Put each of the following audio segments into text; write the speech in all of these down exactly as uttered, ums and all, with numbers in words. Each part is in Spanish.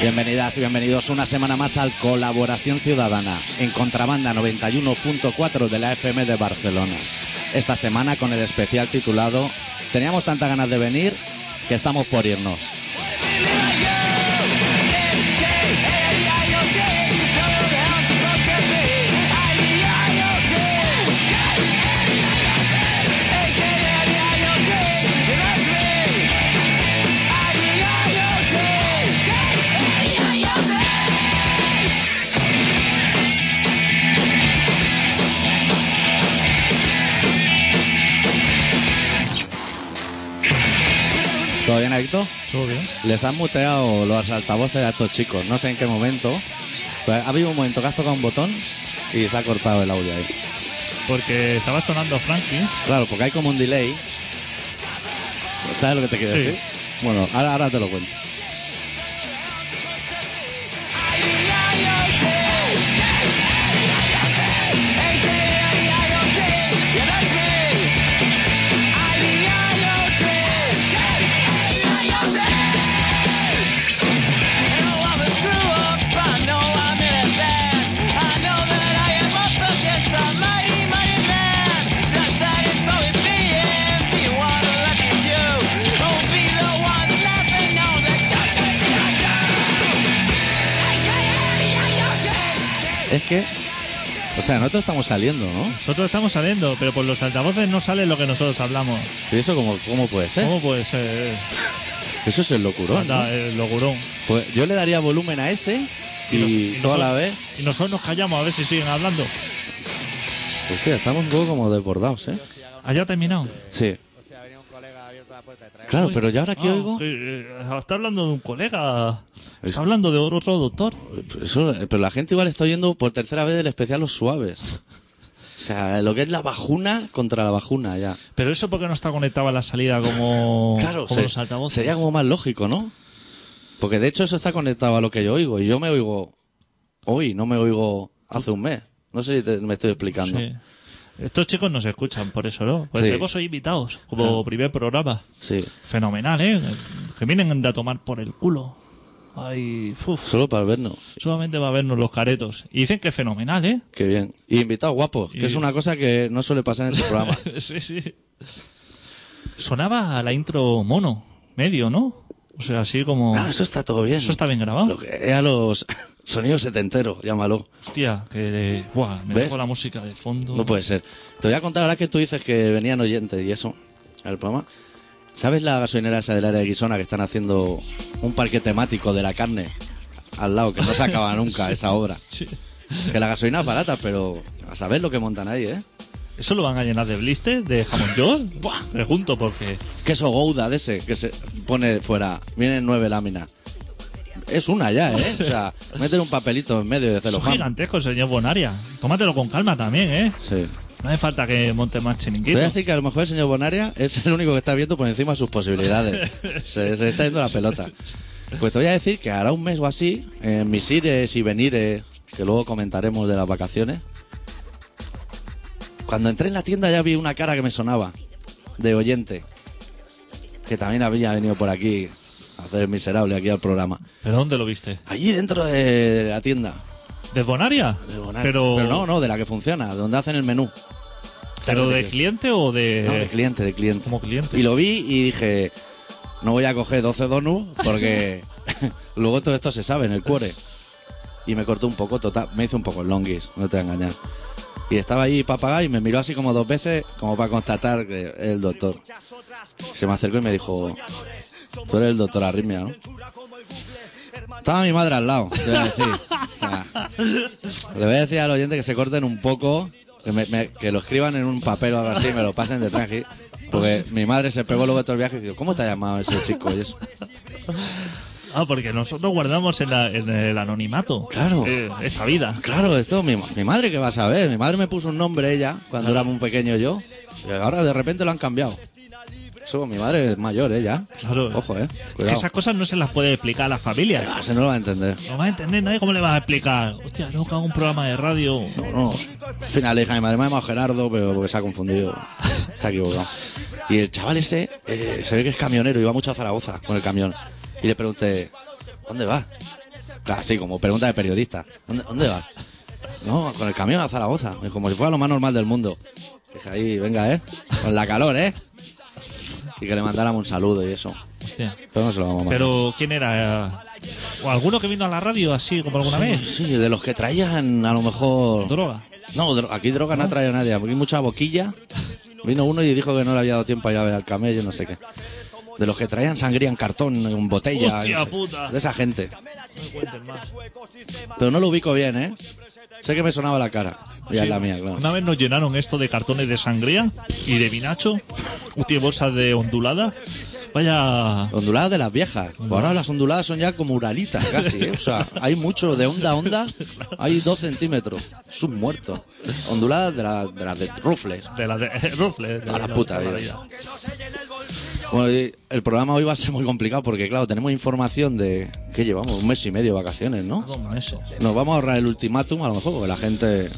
Bienvenidas y bienvenidos una semana más al Colaboración Ciudadana en Contrabanda noventa y uno punto cuatro de la F M de Barcelona. Esta semana con el especial titulado Teníamos tantas ganas de venir que estamos por irnos. ¿Todo bien, Adicto? Todo bien. Les han muteado los altavoces a estos chicos. No sé en qué momento. Pues ha habido un momento que has tocado un botón y se ha cortado el audio ahí. Porque estaba sonando Frankie. Claro, porque hay como un delay. ¿Sabes lo que te quiero Sí. decir? Bueno, ahora, ahora te lo cuento. Es que, o sea, nosotros estamos saliendo, ¿no? Nosotros estamos saliendo, pero por los altavoces no sale lo que nosotros hablamos. ¿Y eso cómo, cómo puede ser? ¿Cómo puede ser? Eso es el locurón, ¿no? Anda, el logurón. Pues yo le daría volumen a ese y, Y nos- y toda nosotros- la vez. Y nosotros nos callamos a ver si siguen hablando. Pues que estamos un poco como desbordados, ¿eh? ¿Haya terminado? Sí. Claro, pero ¿y ahora qué Ah, oigo? que, eh, está hablando de un colega. Es- Está hablando de otro doctor. Eso, pero la gente igual está oyendo por tercera vez el especial Los Suaves. O sea, lo que es la bajuna contra la bajuna ya. Pero eso porque no está conectado a la salida como, Claro, como se- los altavoces. sería como más lógico, ¿no? Porque de hecho eso está conectado a lo que yo oigo. Y yo me oigo hoy, no me oigo hace un mes. No sé si te- me estoy explicando. Sí. Estos chicos nos escuchan, por eso, ¿no? Pues Sí. tenemos hoy invitados, como Claro. primer programa. Sí. Fenomenal, ¿eh? Que vienen de a tomar por el culo. Ay, uf, Solo para vernos. solamente va a vernos los caretos. Y dicen que es fenomenal, ¿eh? Qué bien. Y invitados guapos, que Y- es una cosa que no suele pasar en este programa. Sí, sí. Sonaba la intro mono, medio, ¿no? O sea, así como... Ah, eso está todo bien. Eso está bien grabado. Lo que era los sonidos setenteros, llámalo. Hostia, que... Buah, me ¿Ves? dejo la música de fondo. No puede ser. Te voy a contar ahora que tú dices que venían oyentes y eso, al programa. ¿Sabes la gasolinera esa del área de Guisona que están haciendo un parque temático de la carne al lado, que no se acaba nunca esa obra? Sí. Que la gasolina es barata, pero a saber lo que montan ahí, ¿eh? ¿Eso lo van a llenar de blister, de jamón york? Buah, pregunto, porque... Queso Gouda de ese que se pone fuera. Vienen nueve láminas. Es una ya, ¿eh? O sea, meten un papelito en medio de Es celofán. gigantesco, señor Bonaria. Tómatelo con calma también, ¿eh? Sí. No hace falta que monte más Te chiringuito. voy a decir que a lo mejor el señor Bonaria es el único que está viendo por encima de sus posibilidades. Se, se está yendo la pelota. Pues te voy a decir que hará un mes o así, en mis ires y venires, que luego comentaremos de las vacaciones, cuando entré en la tienda ya vi una cara que me sonaba, de oyente, que también había venido por aquí a hacer el miserable aquí al programa. ¿Pero dónde lo viste? Allí dentro de la tienda. ¿De Bonaria? De Bonaria. Pero, Pero no, no, de la que funciona, donde hacen el menú. ¿Pero ¿Sabes de qué? cliente o de...? No, de cliente, de cliente. Como cliente. Y lo vi y dije, no voy a coger doce donuts porque luego todo esto se sabe en el cuore. Y me cortó un poco, total, me hizo un poco el longuis, no te voy a engañar. Y estaba ahí para pagar y me miró así como dos veces, como para constatar que es el doctor. Se me acercó y me dijo, tú eres el doctor Arritmia, ¿no? Estaba mi madre al lado, te voy a decir. O sea, le voy a decir al oyente que se corten un poco, que, me- me- que lo escriban en un papel o algo así y me lo pasen de tranqui. Porque mi madre se pegó luego todo el viaje y dijo, ¿cómo te ha llamado ese chico? Y eso. Ah, porque nosotros guardamos en, la- en el anonimato. Claro. Eh, esta vida. Claro, esto, mi, mi madre que va a saber. Mi madre me puso un nombre ella cuando era muy pequeño yo. Y ahora de repente lo han cambiado. Eso, mi madre es mayor, ¿eh? Ya. Claro. Ojo, ¿eh? Que Cuidado. esas cosas no se las puede explicar a la familia. Ah, se no lo va a entender. No va a entender nadie. ¿Cómo le vas a explicar? Hostia, tengo que hago un programa de radio. No, al final le dije a mi madre, me ha llamado Gerardo, pero porque se ha confundido. Se ha equivocado. Y el chaval ese, eh, se ve que es camionero, iba mucho a Zaragoza con el camión. Y le pregunté, ¿dónde va? Así como pregunta de periodista. ¿Dónde, dónde vas? No, con el camión a Zaragoza. Como si fuera lo más normal del mundo. Dije ahí, venga, ¿eh? Con la calor, ¿eh? Y que le mandáramos un saludo y eso. Hostia. Pero no se lo vamos a mandar. Pero, ¿quién era? ¿O alguno que vino a la radio así como alguna vez? Sí, de los que traían a lo mejor... ¿Droga? No, dro- aquí droga no ha traído nadie. Aquí mucha boquilla. Vino uno y dijo que no le había dado tiempo a ir a ver al camello, no sé qué. De los que traían sangría en cartón, en botella. ¡Hostia no sé. puta! De esa gente. No me cuentes más. Pero no lo ubico bien, ¿eh? Sé que me sonaba la cara. Ya Sí, es la mía, claro. Una vez nos llenaron esto de cartones de sangría y de vinacho. Hostia, bolsas de ondulada. Vaya... Onduladas de las viejas. Ahora las onduladas son ya como uralitas casi, ¿eh? O sea, hay mucho de onda a onda. Hay dos centímetros. Es un muerto. Onduladas de, la- de las de rufles. De la de... Rufle. A la puta vida. Bueno, y el programa hoy va a ser muy complicado porque, claro, tenemos información de... ¿Qué llevamos? Un mes y medio de vacaciones, ¿no? Dos meses. Nos vamos a ahorrar el ultimátum, a lo mejor, porque la gente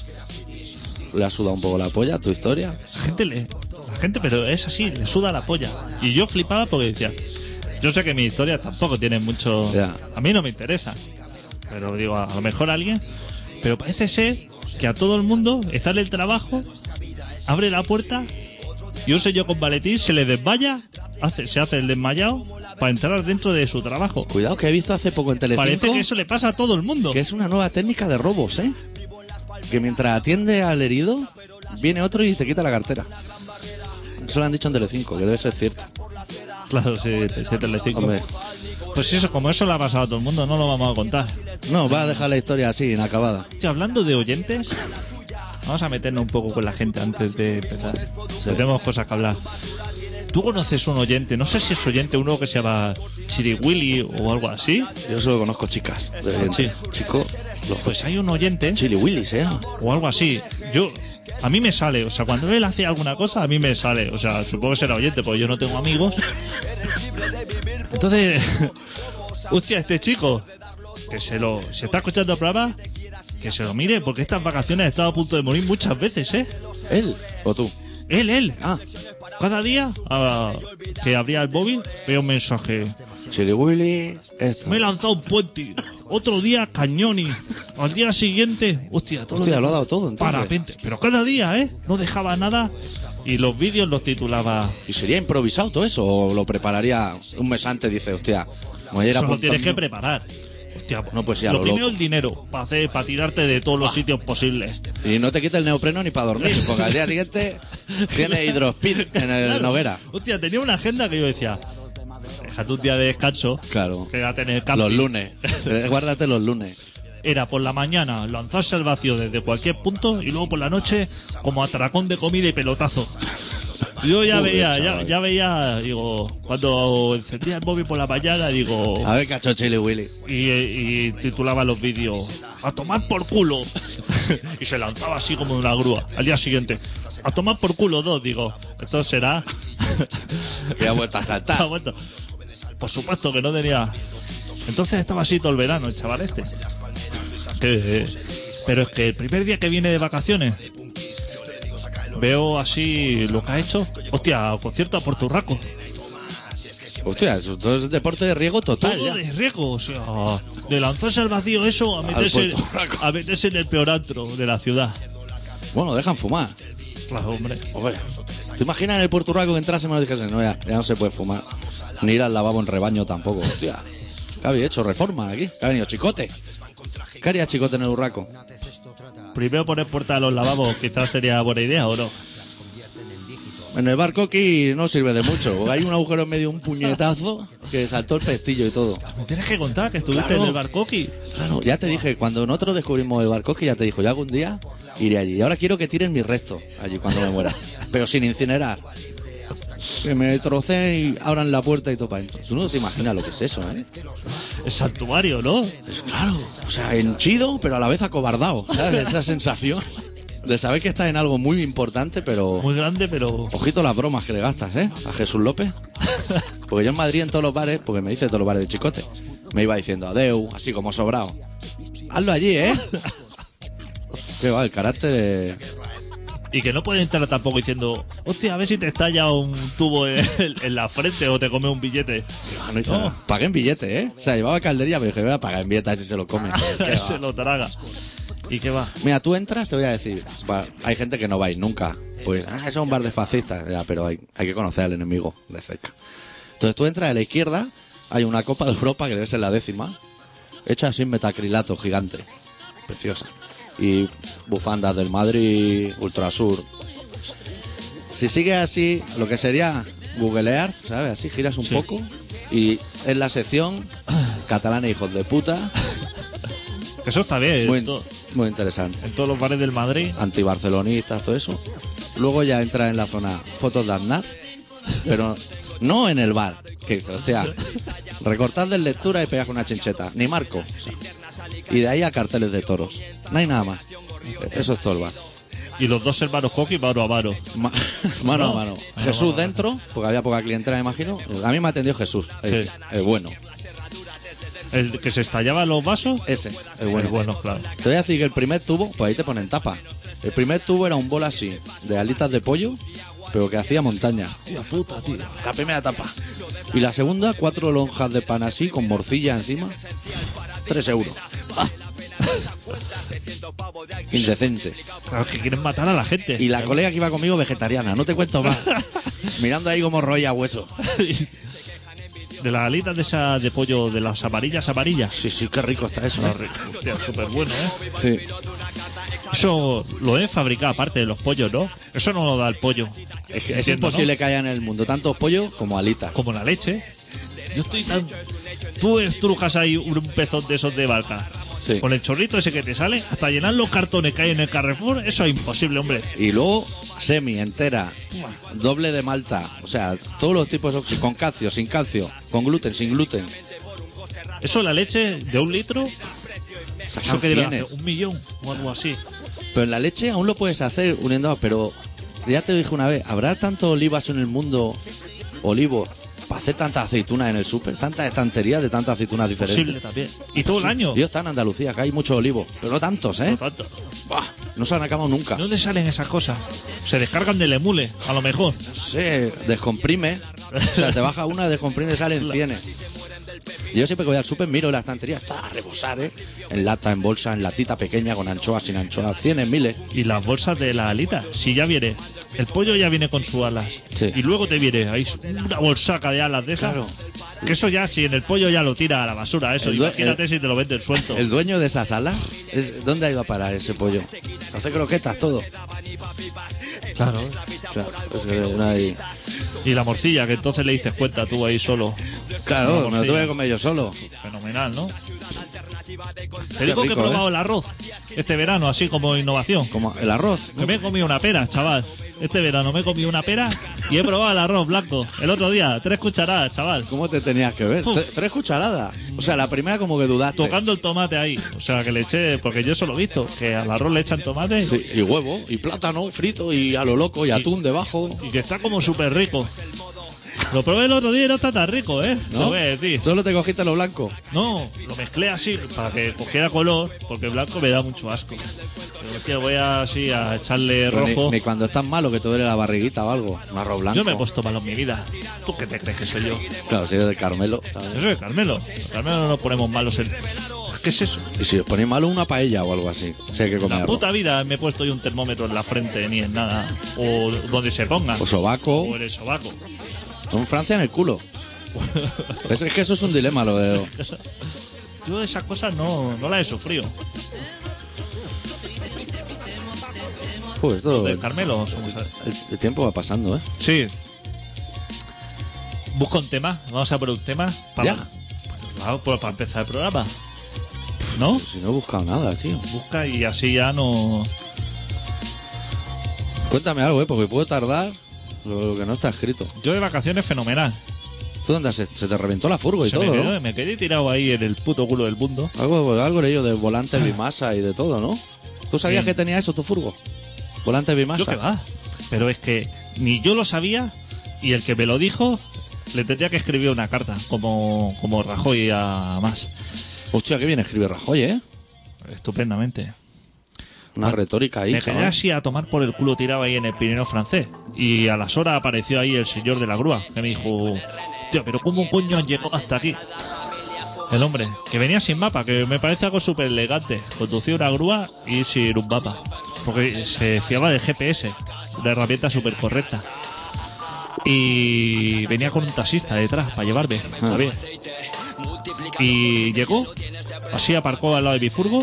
le ha sudado un poco la polla, tu historia. La gente le... La gente, pero es así, le suda la polla. Y yo flipaba porque decía... Yo sé que mi historia tampoco tiene mucho... Ya. A mí no me interesa. Pero digo, a lo mejor a alguien... Pero parece ser que a todo el mundo está en el trabajo, abre la puerta y un señor con maletín se le desmaya, hace, se hace el desmayado para entrar dentro de su trabajo. Cuidado, que he visto hace poco en Telecinco Parece que eso le pasa a todo el mundo. que es una nueva técnica de robos, ¿eh? Que mientras atiende al herido, viene otro y te quita la cartera. Eso lo han dicho en Telecinco, que debe ser cierto. Claro, sí, te Telecinco. Hombre, Pues eso, como eso le ha pasado a todo el mundo, no lo vamos a contar. no, va a dejar la historia así, inacabada. Hostia, hablando de oyentes, vamos a meternos un poco con la gente antes de empezar. Sí. Tenemos cosas que hablar. ¿Tú conoces un oyente? No sé si es oyente uno que se llama Chiriwili o algo así. Yo solo conozco chicas. De Sí. Chico, los Pues hay un oyente Chili Willis, ¿eh? o algo así. Yo, a mí me sale, o sea, cuando él hace alguna cosa, a mí me sale. O sea, supongo que será oyente, porque yo no tengo amigos. Entonces, hostia, este chico, que se lo, se está escuchando el programa, que se lo mire, porque estas vacaciones ha estado a punto de morir muchas veces, ¿eh? ¿Él o tú? Él, él. Ah, Cada día ah, que abría el móvil, veo un mensaje. Chili Willis, esto. Me he lanzado un puente. Otro día, cañoni. Al día siguiente, hostia, todo Hostia, lo lo ha dado todo, entonces. parapente. Pero cada día, ¿eh? No dejaba nada. Y los vídeos los titulaba. ¿Y sería improvisado todo eso? ¿O lo prepararía un mes antes? Dice, hostia, me voy a ir Eso lo apuntando. tienes que preparar. Hostia, No, pues ya, lo lo primero loco. el dinero, para hacer, para tirarte de todos los sitios posibles. Y no te quita el neopreno ni para dormir, porque al día siguiente tiene hidrospid en el Claro. Noguera. Hostia, tenía una agenda que yo decía, déjate un día de descanso. Claro. Quédate en el camping. Los lunes. Eh, Guárdate los lunes. Era por la mañana lanzarse al vacío desde cualquier punto y luego por la noche como atracón de comida y pelotazo. Yo ya Joder, veía, ya, chaval. ya veía, digo, cuando encendía el móvil por la mañana, digo, A ver qué ha hecho Chili Willis. y, y titulaba los vídeos, a tomar por culo. Y se lanzaba así como de una grúa. Al día siguiente, a tomar por culo dos, digo, esto será. Que ha vuelto a Ha saltar. vuelto. Por supuesto que no tenía. Entonces estaba así todo el verano, el chaval este. Que, pero es que el primer día que viene de vacaciones veo así lo que ha hecho. Hostia, concierto a Porturraco. Hostia, eso todo es deporte de riego total. Todo ya. de riego, o sea, de lanzarse al vacío eso a meterse, Porturraco. a meterse en el peor antro de la ciudad. Bueno, dejan fumar. Claro, hombre. Hombre, ¿te imaginas en el Porturraco que entrase y me lo dijesen? No, ya, ya no se puede fumar. Ni ir al lavabo en rebaño tampoco. Hostia, ¿qué había hecho? Reforma aquí. ¿Qué ha venido? Chicote. ¿Qué haría Chicote en el Urraco? Primero poner puerta a los lavabos, quizás sería buena idea o no. En el bar Coqui no sirve de mucho. Porque hay un agujero en medio, un puñetazo, que saltó el pestillo y todo. Me tienes que contar que estuviste Claro. en el bar Coqui. Claro, ya te dije, cuando nosotros descubrimos el bar Coqui, ya te dijo, yo algún día iré allí. Y ahora quiero que tiren mi resto allí cuando me muera. Pero sin incinerar. Que me trocen y abran la puerta y todo para adentro. Tú no te imaginas lo que es eso, ¿eh? El santuario, ¿no? Es claro. O sea, henchido, pero a la vez acobardado. ¿Sabes? Esa sensación de saber que estás en algo muy importante, pero... Muy grande, pero... Ojito las bromas que le gastas, ¿eh? A Jesús López. Porque yo en Madrid, en todos los bares, porque me dice todos los bares de Chicote, me iba diciendo adeu, así como sobrado. Hazlo allí, ¿eh? Que va, el carácter... Y que no puedes entrar tampoco diciendo, hostia, a ver si te estalla un tubo en, en la frente o te come un billete. No, no hizo nada. Pagué en billete, ¿eh? O sea, llevaba caldería, pero dije, voy a pagar en billete a ver si se lo come. Se lo traga. ¿Y qué va? Mira, tú entras, te voy a decir, va, hay gente que no va a ir nunca. Pues, ah, eso es un bar de fascistas. Ya, pero hay, hay que conocer al enemigo de cerca. Entonces tú entras a la izquierda, hay una Copa de Europa que debe ser la décima, hecha así en metacrilato gigante. Preciosa. Y bufandas del Madrid, Ultrasur. Si sigues así, lo que sería Google Earth, ¿sabes? Así giras un sí. poco y es la sección catalana hijos de puta. Eso está bien. Muy, todo, muy interesante. En todos los bares del Madrid. Antibarcelonistas, todo eso. Luego ya entras en la zona fotos de Aznar, pero no en el bar. Que dice, o sea, recortad de lectura y pegas una chincheta. Ni marco. O sea, y de ahí a carteles de toros. No hay nada más. Eso es todo el bar. Y los dos hermanos Coqui, mano a mano. Ma mano no. a mano. Jesús dentro, porque había poca clientela, me imagino. A mí me atendió Jesús, el, sí. el bueno. ¿El que se estallaba los vasos? Ese, el bueno. El bueno, claro. Te voy a decir que el primer tubo, pues ahí te ponen tapa. El primer tubo era un bol así, de alitas de pollo, pero que hacía montaña. Hostia puta, tío. La primera tapa. Y la segunda, cuatro lonjas de pan así, con morcilla encima. Tres euros. ¡Ah! Indecente. Claro, que quieren matar a la gente. Y la colega que iba conmigo vegetariana, no te cuento más. Mirando ahí como rolla hueso. De las alitas de esa de pollo, de las amarillas amarillas. Sí, sí, qué rico está eso. No, rico. Hostia, súper bueno, ¿eh? Sí. Eso lo he fabricado aparte de los pollos, ¿no? Eso no lo da el pollo. Es, que es imposible, ¿no?, que haya en el mundo tantos pollos como alitas. Como la leche. Yo estoy tan... Tú estrujas ahí un pezón de esos de vaca. Sí. Con el chorrito ese que te sale, hasta llenar los cartones que hay en el Carrefour, eso es imposible, hombre. Y luego semi, entera, doble de malta, o sea, todos los tipos de... con calcio, sin calcio, con gluten, sin gluten. Eso, la leche de un litro, sacan eso que debe hacer un millón o algo así. Pero en la leche aún lo puedes hacer uniendo, pero ya te dije una vez, ¿habrá tantos olivas en el mundo, olivos, para hacer tantas aceitunas en el súper, tantas estanterías de tantas aceitunas diferentes? Posible también. Y todo el año. Yo está en Andalucía, que hay muchos olivos, pero no tantos, ¿eh? No tantos. Bah, no se han acabado nunca. ¿De dónde salen esas cosas? Se descargan del emule, a lo mejor. No sé, descomprime. O sea, te baja una, descomprime y salen cienes. Yo siempre que voy al súper miro la estantería, está a rebosar, ¿eh? En lata, en bolsa, en latita pequeña, con anchoas, sin anchoas, cienes, miles. Y las bolsas de la alita, si ya viene, el pollo ya viene con sus alas. Sí. Y luego te viene ahí una bolsaca de alas de esas. Claro. Que eso ya, si en el pollo ya lo tira a la basura, eso. Imagínate el, si te lo venden suelto. El dueño de esas alas, es, ¿dónde ha ido a parar ese pollo? Hace croquetas, todo. Claro. Claro, pues no hay... Y la morcilla, que entonces le diste cuenta tú ahí solo. Claro, me lo tuve que comer yo solo. Fenomenal, ¿no? Te digo rico, que he probado ¿eh? el arroz este verano, así como innovación. Como el arroz. Que me he comido una pera, chaval. Este verano me he comido una pera y he probado el arroz blanco. El otro día, tres cucharadas, chaval. ¿Cómo te tenías que ver? Uf. Tres cucharadas. O sea, la primera como que dudaste. Tocando el tomate ahí. O sea, que le eché, porque yo eso lo he visto, que al arroz le echan tomate. Sí, y huevo, y plátano frito, y a lo loco, y, y atún debajo. Y que está como súper rico. Lo probé el otro día y no está tan rico, ¿eh? ¿No? Lo voy a decir. ¿Solo te cogiste lo blanco? No, lo mezclé así para que cogiera color, porque el blanco me da mucho asco. Pero es que voy a, así a echarle Pero rojo. Ni, ni cuando estás malo, que te duele la barriguita o algo. Un arroz blanco. Yo me he puesto malo en mi vida. ¿Tú qué te crees que soy yo? Claro, si eres de Carmelo. ¿sabes? Yo soy de Carmelo. De Carmelo no nos ponemos malos en... ¿Qué es eso? Y si os ponéis malo, una paella o algo así. O sea, hay que comer la arroz. Puta vida me he puesto yo un termómetro en la frente ni en nada. O donde se ponga. O sobaco. O en el sobaco. En Francia en el culo. es, es que eso es un dilema, lo de... Yo esas cosas no, no las he sufrido. Pues todo... ¿De Carmelo? El, el tiempo va pasando, ¿eh? Sí. Busca un tema. Vamos a por un tema. Para, ¿Ya? Vamos pues, para empezar el programa. ¿No? Pues si no he buscado nada, tío. Busca y así ya no... Cuéntame algo, ¿eh? Porque puedo tardar lo, lo que no está escrito. Yo de vacaciones fenomenal. ¿Tú dónde se, se te reventó la furgo y se todo, me quedó, ¿no? Me quedé tirado ahí en el puto culo del mundo. Algo, algo leí yo de volantes Bimasa y de todo, ¿no? ¿Tú sabías Bien. que tenía eso tu furgo? Volantes Bimasa. Yo qué va. Pero es que ni yo lo sabía y el que me lo dijo le tendría que escribir una carta como, como Rajoy a más. Hostia, qué bien escribe Rajoy, ¿eh? Estupendamente. Una Ah, retórica ahí, Me quedé chaval. así a tomar por el culo tirado ahí en el Pirineo francés. Y a las horas apareció ahí el señor de la grúa, que me dijo, tío, pero ¿cómo coño has llegado hasta aquí? El hombre, que venía sin mapa, que me parece algo súper elegante. Conducía una grúa y sin un mapa. Porque se fiaba del G P S, una herramienta súper correcta. Y venía con un taxista detrás para llevarme. A ver. Y llegó, así aparcó al lado de mi furgo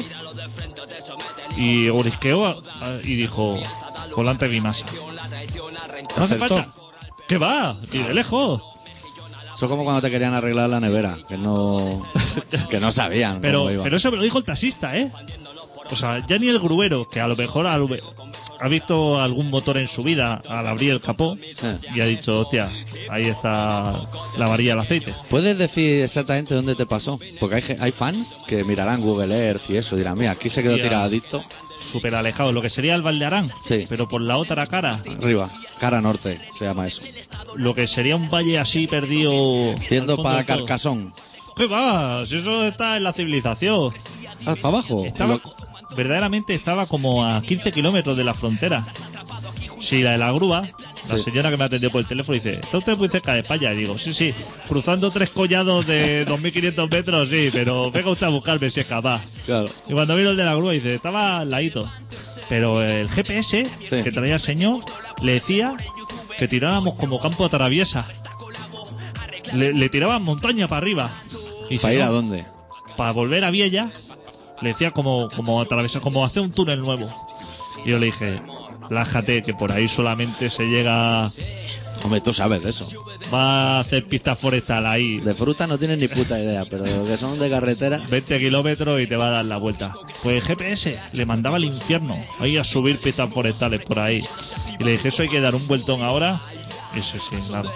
y orisqueó a- a- y dijo, volante mi masa. No hace Acertó. falta. ¿Qué va? Y de lejos. Eso es como cuando te querían arreglar la nevera, que no que no sabían Pero, cómo iba. pero eso me lo dijo el taxista, ¿eh? O sea, ya ni el gruero, que a lo mejor a lo- ha visto algún motor en su vida al abrir el capó y ha dicho, hostia, ahí está la varilla del aceite. ¿Puedes decir exactamente dónde te pasó? Porque hay, ge- hay fans que mirarán Google Earth y eso, dirán, mira, aquí se quedó Hostia. tiradito. Súper alejado, lo que sería el Valdearán, Sí. pero por la otra cara, Arriba, cara norte, se llama eso. lo que sería un valle así perdido. Yendo al fondo para de todo. Carcasón. ¿Qué va? Si eso está en la civilización. Ah, para abajo. Estaba, Lo- verdaderamente estaba como a quince kilómetros de la frontera. Sí, la de la grúa, la Sí. señora que me atendió por el teléfono dice, ¿está usted muy cerca de España? Y digo, sí, sí, cruzando tres collados de dos mil quinientos metros, sí, pero venga usted a buscarme si es capaz. Claro. Y cuando vino el de la grúa dice, estaba al ladito. Pero el G P S Sí. que traía el señor le decía que tiráramos como campo a traviesa. Le, le tiraban montaña para arriba. Y dice, ¿Para ir "No, a dónde? para volver a Viella, le decía como, como atravesar, como hacer un túnel nuevo. Y yo le dije, lájate, que por ahí solamente se llega, Hombre, tú sabes de eso. va a hacer pista forestal ahí, De fruta no tienes ni puta idea, pero de lo que son de carretera... veinte kilómetros y te va a dar la vuelta. Pues el G P S le mandaba al infierno, ahí a subir pistas forestales por ahí. Y le dije, eso hay que dar un vueltón ahora. Y sí, sí, claro.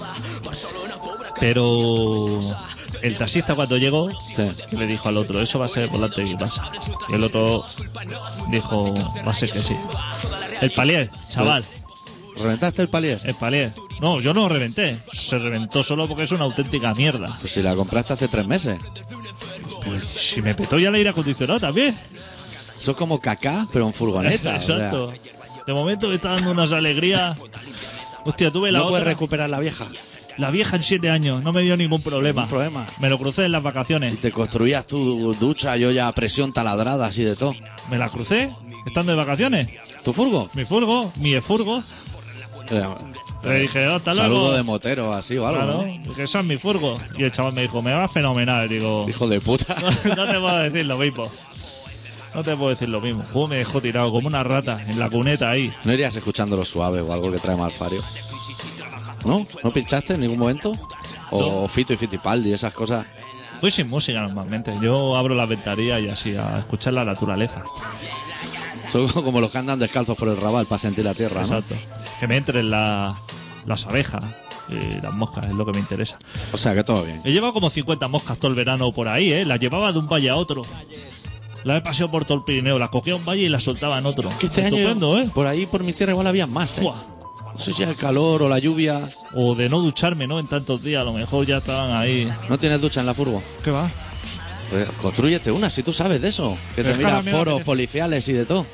Pero el taxista cuando llegó, Sí. le dijo al otro, eso va a ser volante y pasa. Y el otro dijo, va a ser que sí. El palier, chaval, ¿Reventaste el palier? el palier. No, yo no reventé. Se reventó solo porque es una auténtica mierda. Pues si la compraste hace tres meses. Pues si me petó ya el aire acondicionado también. Eso es como cacá, pero en furgoneta. o sea, Exacto. De momento me está dando unas alegrías. Hostia, tuve la no puedes otra. recuperar la vieja. La vieja en siete años, no me dio ningún problema. Ningún problema. Me lo crucé en las vacaciones. Y te construías tu ducha, yo ya a presión taladrada, así de todo. Me la crucé estando de vacaciones. ¿Tu furgo? Mi furgo, mi efurgo. Eh, Le dije, hasta luego. Saludo de motero, así o algo. Claro, ¿no? dije, ese es mi furgo. Y el chaval me dijo, me va fenomenal. Digo, Hijo de puta. no te puedo decir lo mismo. No te puedo decir lo mismo. Juego me dejó tirado como una rata en la cuneta ahí. ¿No irías escuchando lo suave o algo que trae Malfario? ¿No? ¿No pinchaste en ningún momento? O Fito y Fitipaldi, esas cosas. Voy sin música normalmente. Yo abro las ventanillas y así, a escuchar la naturaleza. Son como los que andan descalzos por el rabal para sentir la tierra, ¿no? Exacto. Que me entren la- las abejas y las moscas, es lo que me interesa. O sea, que todo bien. He llevado como cincuenta moscas todo el verano por ahí, ¿eh? Las llevaba de un valle a otro. Las he paseado por todo el Pirineo. Las cogía a un valle y las soltaba en otro. Que este Estupendo, año, ¿eh? por ahí, por mi tierra, igual había más, ¿eh? Fua. No sé si es el calor o la lluvia. O de no ducharme, ¿no? En tantos días, a lo mejor ya estaban ahí. ¿No tienes ducha en la furgo? ¿Qué va? Pues construyete una, si tú sabes de eso. Que Pero te es que ahora miras me va a foros tener- policiales y de todo.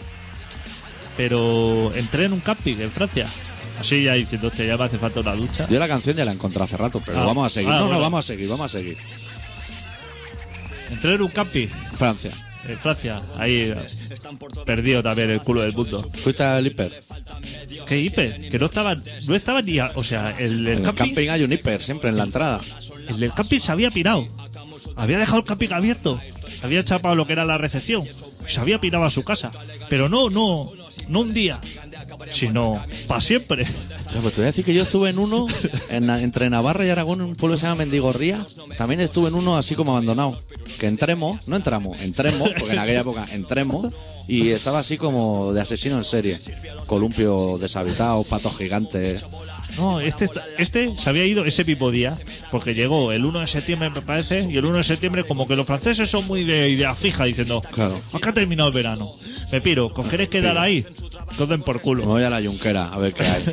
Pero entré en un camping en Francia. Así ya diciendo, hostia, ya me hace falta una ducha. Yo la canción ya la encontré hace rato, pero Ah, vamos a seguir. ah, no, bueno. no, vamos a seguir, vamos a seguir. Entré en un camping Francia. en Francia. Ahí eh, perdido también el culo del mundo. ¿Fuiste al hiper? ¿Qué hiper? Que no estaba, no estaba ni a- o sea, el, el En el camping, camping hay un hiper, siempre en la entrada. el del camping se había pirado. Había dejado el camping abierto. Había chapado lo que era la recepción. Se había pirado a su casa. Pero no, no, no un día, sino para siempre. O sea, pues te voy a decir que yo estuve en uno, en- entre Navarra y Aragón, en un pueblo que se llama Mendigorría. También estuve en uno así como abandonado. Que entremos, no entramos, entremos, porque en aquella época entremos. Y estaba así como de asesino en serie. Columpio deshabitado, patos gigantes. No, este, está- este se había ido ese mismo día, porque llegó el uno de septiembre, me parece, y el uno de septiembre como que los franceses son muy de idea fija, diciendo, Claro. acá ha terminado el verano. Me piro, ¿os queréis quedar ahí? Que os den por Me culo. voy a la Junquera a ver qué hay.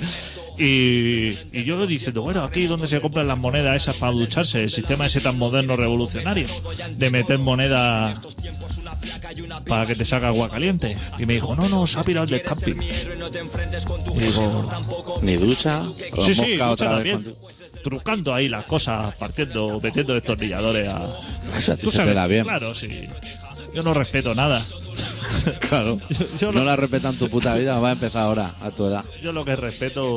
Y, y yo diciendo, bueno, aquí donde se compran las monedas esas para ducharse, el sistema ese tan moderno revolucionario, de meter moneda para que te salga agua caliente. Y me dijo, no, no, se ha pirado del camping. Y digo, Ni ducha. sí, sí, mosca ducha otra vez también. contigo. Trucando ahí las cosas, partiendo, metiendo destornilladores a... Eso a ti Tú se sabes, te da bien. claro, sí. Yo no respeto nada. Claro. Yo, yo No lo, la respetan tu puta vida, va a empezar ahora, a tu edad. yo lo que respeto...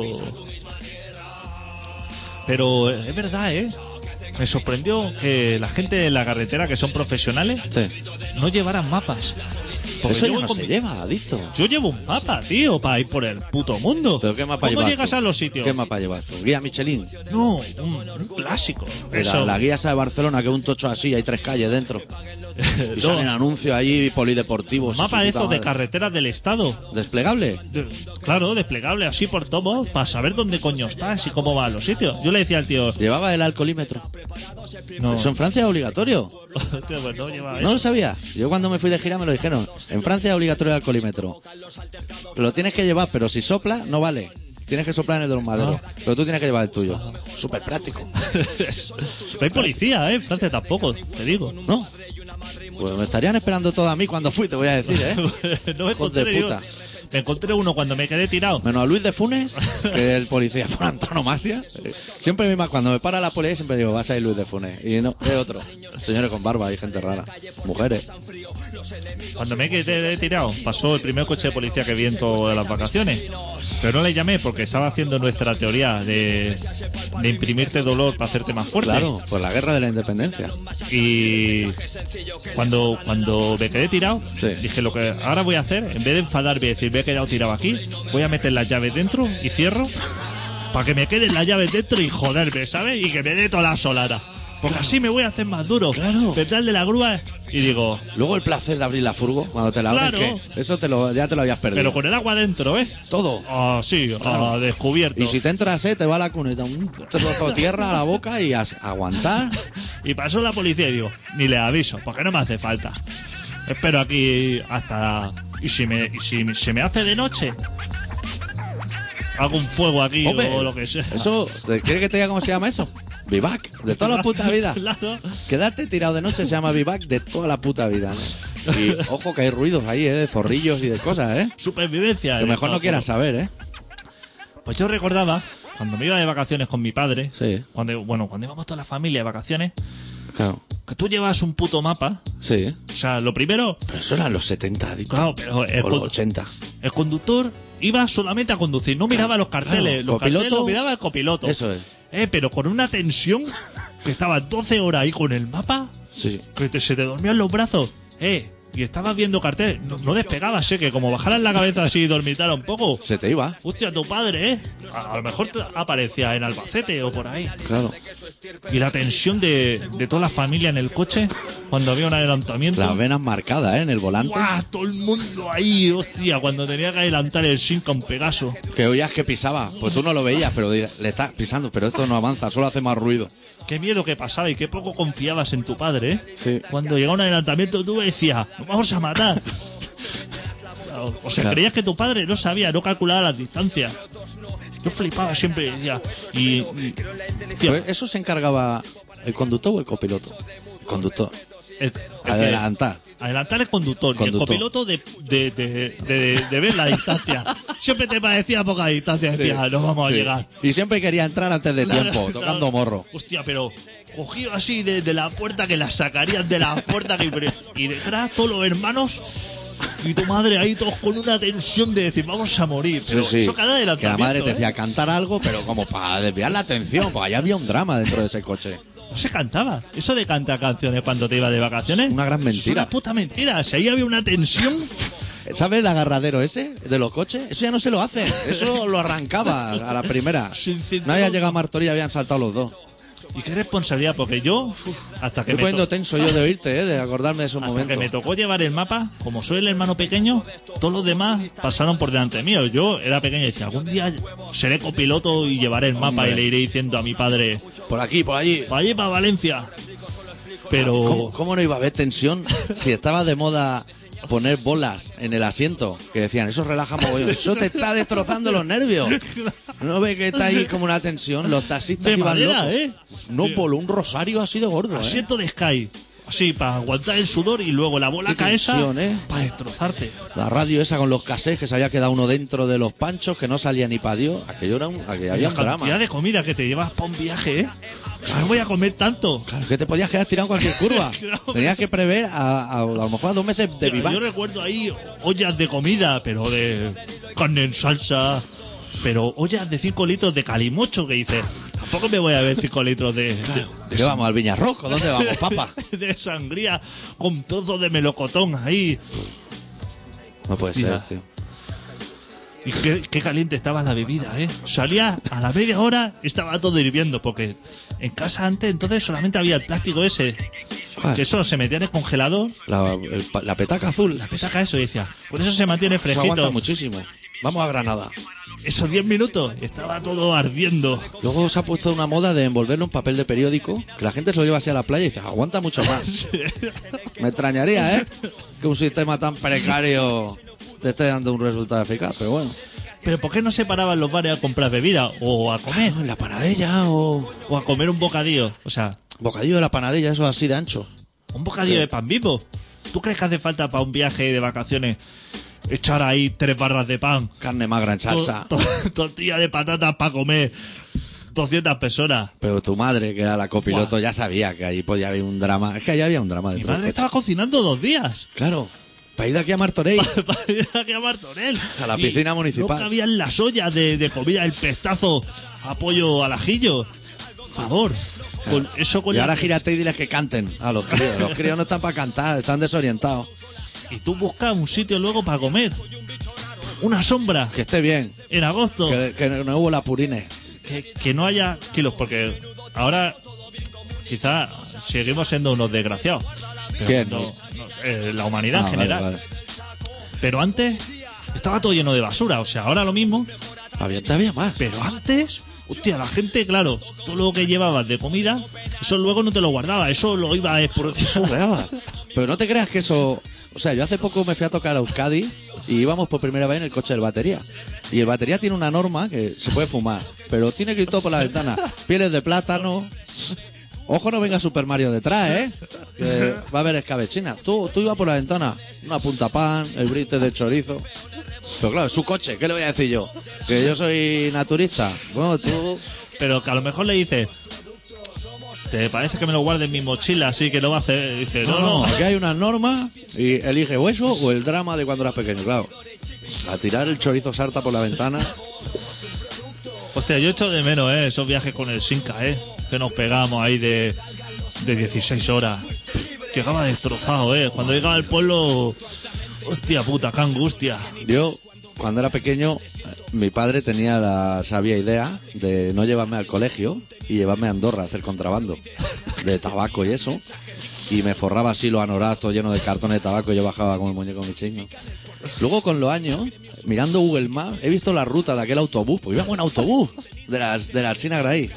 Pero es verdad, ¿eh? Me sorprendió que la gente de la carretera, que son profesionales, Sí. no llevaran mapas. Porque Eso yo ya voy no con se mi- lleva, adicto. Yo llevo un mapa, tío, para ir por el puto mundo. ¿Pero qué mapa ¿Cómo llevas llegas tú? a los sitios? ¿Qué mapa llevas tú? ¿Guía Michelin? No, un, un clásico. La, Eso. la guía esa de Barcelona, que es un tocho así, hay tres calles dentro. Y No, salen anuncios allí polideportivos. mapa su de puta estos de madre. carreteras del Estado. ¿Desplegable? De- claro, desplegable así por todo, para saber dónde coño estás y cómo van los sitios. Yo le decía al tío, Llevaba el alcoholímetro. no, Eso en Francia es obligatorio. tío, pues no lleva ¿No eso. lo sabía? Yo cuando me fui de gira me lo dijeron. En Francia es obligatorio el alcoholímetro. Lo tienes que llevar, pero si sopla, no vale. Tienes que soplar en el de los maderos. Ah. Pero tú tienes que llevar el tuyo. Súper práctico. No hay policía, ¿eh? En Francia tampoco, te digo. ¿No? Pues me estarían esperando todo a mí cuando fui, te voy a decir, ¿eh? No me Hijos de encontré yo. puta. Me encontré uno cuando me quedé tirado. Menos a Luis de Funes, que es el policía por antonomasia. Siempre me, cuando me para la policía siempre digo, vas a ir Luis de Funes. Y no, es otro. Señores con barba y gente rara. Mujeres. Cuando me quedé tirado, pasó el primer coche de policía que vi en todas las vacaciones. Pero no le llamé porque estaba haciendo nuestra teoría de, de imprimirte dolor para hacerte más fuerte. Claro, pues la guerra de la independencia. Y cuando, cuando me quedé tirado, Sí. dije lo que ahora voy a hacer, en vez de enfadarme y decir me he quedado tirado aquí, voy a meter las llaves dentro y cierro para que me queden las llaves dentro y joderme, ¿sabes? Y que me dé toda la solara. Porque así me voy a hacer más duro. Claro. Vendrá el de la grúa y digo, Luego el placer de abrir la furgo cuando te la abres, Claro. ¿qué? Eso te lo, ya te lo habías perdido. pero con el agua dentro, ¿eh? Todo. Ah, sí, ah, descubierto. Y si te entras, eh, te va la cuneta, un trozo de tierra a la boca y a aguantar. Y pasó la policía y digo, ni le aviso, porque no me hace falta. Espero aquí hasta... Y si, me, y si se me hace de noche, hago un fuego aquí Hombre, o lo que sea. Eso, ¿quieres que te diga cómo se llama eso? Vivac, de toda la puta vida. Claro. Quedarte tirado de noche se llama vivac de toda la puta vida, ¿no? Y ojo que hay ruidos ahí, ¿eh? De zorrillos y de cosas, ¿eh? Supervivencia. Que mejor no quieras saber, ¿eh? Pues yo recordaba, cuando me iba de vacaciones con mi padre, Sí. cuando, bueno, cuando íbamos toda la familia de vacaciones, Claro. que tú llevas un puto mapa. Sí. O sea, lo primero, Pero eso eran los setenta, adicto. claro, pero el, O los condu- ochenta. el conductor iba solamente a conducir, no miraba los carteles, claro. los carteles Copiloto, los miraba el copiloto. Eso es. Eh, pero con una tensión que estaba doce horas ahí con el mapa, Sí. que te- se te dormían los brazos. Eh, y estabas viendo cartel, no, no despegabas, eh, que como bajaras la cabeza así y dormitara un poco. Se te iba. Hostia, tu padre, eh. A, a lo mejor te aparecía en Albacete o por ahí. Claro. Y la tensión de, de toda la familia en el coche cuando había un adelantamiento. Las venas marcadas, ¿eh? En el volante. ¡Guau! Todo el mundo ahí, hostia, cuando tenía que adelantar el Simca un Pegaso. Que oías que pisaba. Pues tú no lo veías, pero le estás pisando. Pero esto no avanza, solo hace más ruido. Qué miedo que pasaba y qué poco confiabas en tu padre, ¿eh? Sí. Cuando llegaba un adelantamiento tú decías, nos vamos a matar. O sea, Claro. creías que tu padre no sabía, no calculaba las distancias. Yo flipaba siempre, decía, y... y- tío, Pues eso se encargaba el conductor o el copiloto. El conductor. el- el que- Adelantar. adelantar el conductor, y Conductor. el copiloto de, de, de, de- de ver la distancia. Siempre te parecía poca distancia, decía, Sí. no vamos Sí. a llegar. Y siempre quería entrar antes de Claro, tiempo, claro. tocando morro. Hostia, pero cogido así de, de la puerta, que la sacarías de la puerta que, y detrás todos los hermanos y tu madre ahí todos con una tensión de decir vamos a morir. Pero Sí, sí. eso cada Que adelantamiento, la madre te ¿eh? decía cantar algo, pero como para desviar la atención, porque allá había un drama dentro de ese coche. No se cantaba. Eso de cantar canciones cuando te ibas de vacaciones. Una gran mentira. Es una puta mentira. Si ahí había una tensión. ¿Sabes el agarradero ese de los coches? Eso ya no se lo hacen. Eso lo arrancaba a la primera. Sin cinturón. No había llegado a Martorell y habían saltado los dos. Y qué responsabilidad, porque yo, uf, hasta que Estoy me poniendo to- tenso yo de oírte, ¿eh? De acordarme de esos hasta que momentos. me tocó llevar el mapa, como soy el hermano pequeño, todos los demás pasaron por delante mío. Yo era pequeño y decía, algún día seré copiloto y llevaré el mapa Hombre. y le iré diciendo a mi padre, Por aquí, por allí. para allí, para Valencia. Pero ¿Cómo, cómo no iba a haber tensión si estaba de moda poner bolas en el asiento? Que decían, eso relaja mogollón. Eso te está destrozando los nervios. ¿No ves que está ahí como una tensión? Los taxistas de iban madera, locos. ¿eh? No, voló un rosario así de gordo, ¿eh? Asiento de Sky. así para aguantar el sudor y luego la bola Qué esa tensión, ¿eh? para destrozarte. La radio esa con los cassettes que se había quedado uno dentro de los panchos que no salía ni para Dios. Aquello era un, aquello había La un cantidad drama. de comida que te llevas para un viaje, ¿eh? No voy a comer tanto. Claro, que te podías quedar tirado en cualquier curva. Claro. Tenías que prever a, a, a lo mejor a dos meses de Yo, vivar. yo recuerdo ahí ollas de comida, pero de carne en salsa, pero ollas de cinco litros de calimocho que dices, tampoco me voy a ver cinco litros de, de, ¿De qué vamos? ¿Al Viñarroco? ¿Dónde vamos, papá? de sangría con trozos de melocotón ahí. No puede ser, Mira. tío. Y qué, qué caliente estaba la bebida, ¿eh? Salía a la media hora, estaba todo hirviendo, porque en casa antes entonces solamente había el plástico ese, Joder. que eso se metía en el congelador, La, el pa- la petaca azul. la petaca eso, y decía, por eso se mantiene Eso aguanta fresquito. muchísimo. Vamos a Granada. Esos diez minutos, estaba todo ardiendo. Luego se ha puesto una moda de envolverlo en papel de periódico, que la gente se lo lleva así a la playa y dice, aguanta mucho más. Me extrañaría, ¿eh? Que un sistema tan precario te esté dando un resultado eficaz, pero bueno. Pero ¿por qué no se paraban los bares a comprar bebida o a comer? En la panadella o... O a comer un bocadillo. O sea, Bocadillo de la panadella, eso así de ancho. un bocadillo de pan vivo. ¿Tú crees que hace falta para un viaje de vacaciones echar ahí tres barras de pan? Carne magra en salsa. To- to- tortilla de patatas para comer doscientas personas. Pero tu madre, que era la copiloto, Buah. ya sabía que ahí podía haber un drama. Es que ahí había un drama Mi dentro del madre coche. estaba cocinando dos días. Claro. Para ir de aquí a Martorell. Para ir aquí a Martorell. A la Y piscina municipal. No cabían las ollas de, de comida, el pestazo a pollo al ajillo. Por favor. Con eso con Y la- ahora gírate y diles que canten a los críos. Los críos no están para cantar, están desorientados. Y tú buscas un sitio luego para comer. Una sombra. Que esté bien. En agosto. Que, que no hubo la purines. Que, que no haya kilos. Porque ahora quizá seguimos siendo unos desgraciados. Pero ¿Quién? no- no, eh, la humanidad Ah, en general. vale, vale. Pero antes estaba todo lleno de basura. O sea, ahora lo mismo. Había, te había más. Pero antes, hostia, la gente, claro, todo lo que llevabas de comida, eso luego no te lo guardaba, eso lo iba a Eso expulsar. reaba. Pero no te creas que eso... O sea, yo hace poco me fui a tocar a Euskadi y íbamos por primera vez en el coche del batería. Y el batería tiene una norma que se puede fumar, pero tiene que ir todo por la ventana. Pieles de plátano... Ojo, no venga Super Mario detrás, ¿eh? Que va a haber escabechina. Tú, tú ibas por la ventana, una punta pan, el brite de chorizo. Pero claro, es su coche, ¿qué le voy a decir yo? Que yo soy naturista. Bueno, tú... Pero que a lo mejor le dices, ¿te parece que me lo guarde en mi mochila así que lo va a hacer? Dice, No, no, no, no. aquí hay unas normas y elige o eso o el drama de cuando eras pequeño, claro. A tirar el chorizo sarta por la ventana. Hostia, yo echo de menos, ¿eh? Esos viajes con el Sinca, ¿eh? Que nos pegamos ahí de, de dieciséis horas. Llegaba destrozado, ¿eh? Cuando llegaba al pueblo, hostia puta, qué angustia. Yo, cuando era pequeño, mi padre tenía la sabia idea de no llevarme al colegio y llevarme a Andorra a hacer contrabando de tabaco y eso. Y me forraba así los anoraks todo lleno de cartones de tabaco y yo bajaba como el muñeco michingo. Luego, con los años, mirando Google Maps, he visto la ruta de aquel autobús, porque íbamos en autobús de las de la Alsina Graí.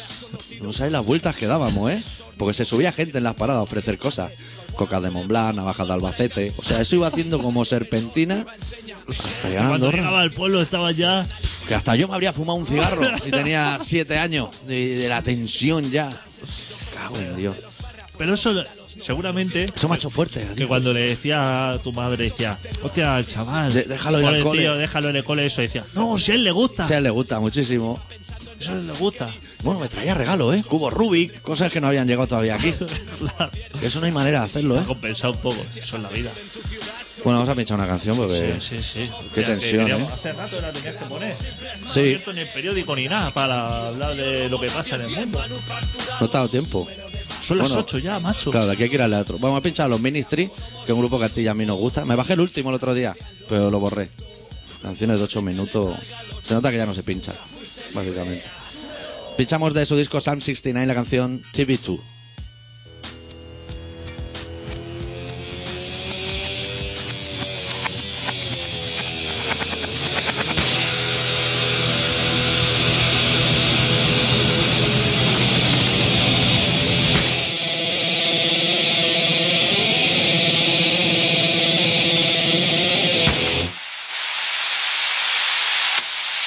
No sabéis las vueltas que dábamos, ¿eh? Porque se subía gente en las paradas a ofrecer cosas. Coca de Montblanc, navajas de Albacete. O sea, eso iba haciendo como serpentina hasta llegar a Cuando Andorra. llegaba al pueblo estaba ya... Que hasta yo me habría fumado un cigarro si tenía siete años de, de la tensión ya. Cago en Dios. Pero eso seguramente... Eso me ha hecho fuerte. Que cuando le decía a tu madre, decía, hostia, al chaval, De- déjalo ir al pobrecillo, cole. déjalo en el cole, eso, decía, no, si a él le gusta, Sí, a él le gusta muchísimo. eso a él le gusta. Bueno, me traía regalo, ¿eh? Cubos Rubik, cosas que no habían llegado todavía aquí. Claro, Que eso no hay manera de hacerlo, ¿eh? compensar un poco, eso es la vida. Bueno, vamos a pinchar una canción porque... Sí, sí, sí. Qué Ya que tensión, queríamos- ¿eh? Hace rato la tenías que poner. No Sí. he abierto ni el periódico ni nada para hablar de lo que pasa en el mundo. No te ha dado tiempo. Son las Bueno, ocho ya, macho. Claro, de aquí hay que ir al teatro. Vamos a pinchar los Ministry, que es un grupo que a ti y a mí nos gusta. Me bajé el último el otro día, pero lo borré. Canciones de ocho minutos. Se nota que ya no se pinchan, básicamente. Pinchamos de su disco Sam sesenta y nueve la canción T V dos.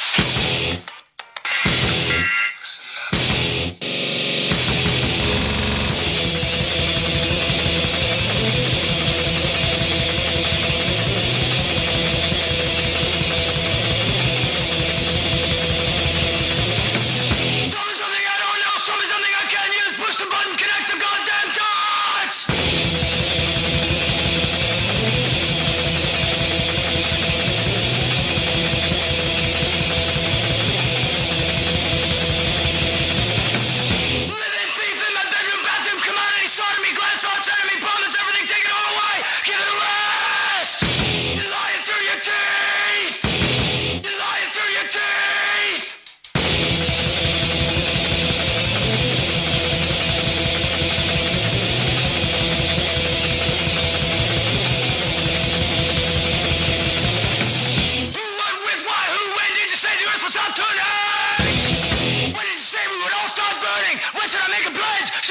Listen up.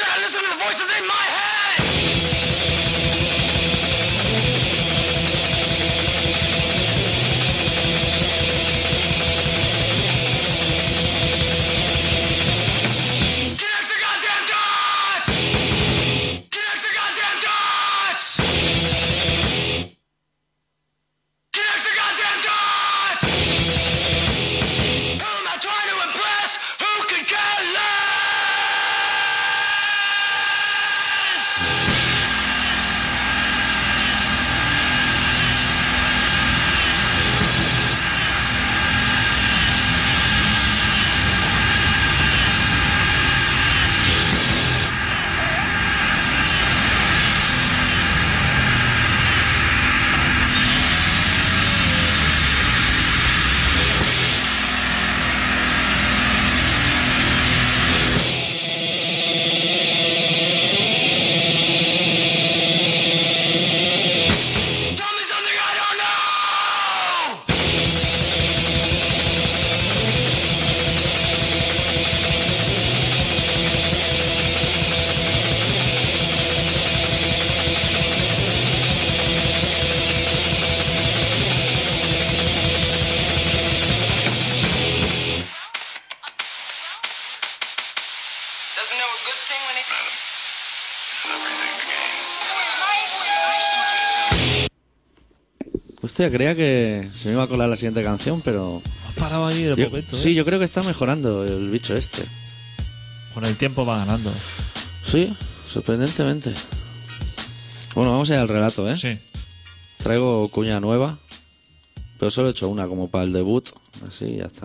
Hostia, creía que se me iba a colar la siguiente canción, pero... Ha parado ahí de Yo- momento, ¿eh? sí, yo creo que está mejorando el bicho este. Con el tiempo va ganando. Sí, sorprendentemente. Bueno, vamos a ir al relato, ¿eh? Sí. Traigo cuña nueva, pero solo he hecho una, como para el debut. Así y ya está.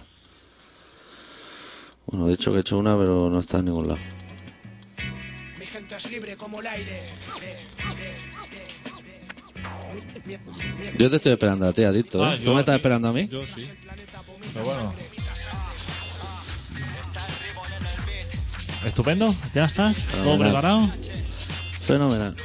Bueno, he dicho que he hecho una, pero no está en ningún lado. Mi gente es libre como el aire. Yo te estoy esperando a ti, Adicto, ¿eh? Ah, ¿Tú yo me estás sí. esperando a mí? Yo sí. Pero bueno. Estupendo, ya estás. ¿Todo Fenomenal. preparado? Fenomenal.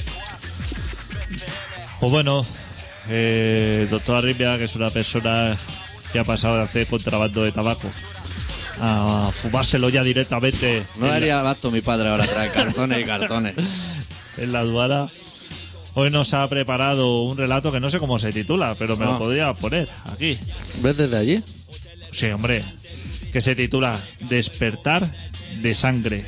Pues bueno, eh, doctor Arritmia, que es una persona que ha pasado de hacer contrabando de tabaco a fumárselo ya directamente No en, haría abasto mi padre ahora, trae cartones y cartones. la, en la aduana. Hoy nos ha preparado un relato que no sé cómo se titula, pero me Ah. lo podría poner aquí. ¿Ves desde allí? Sí, hombre, que se titula Despertar de sangre.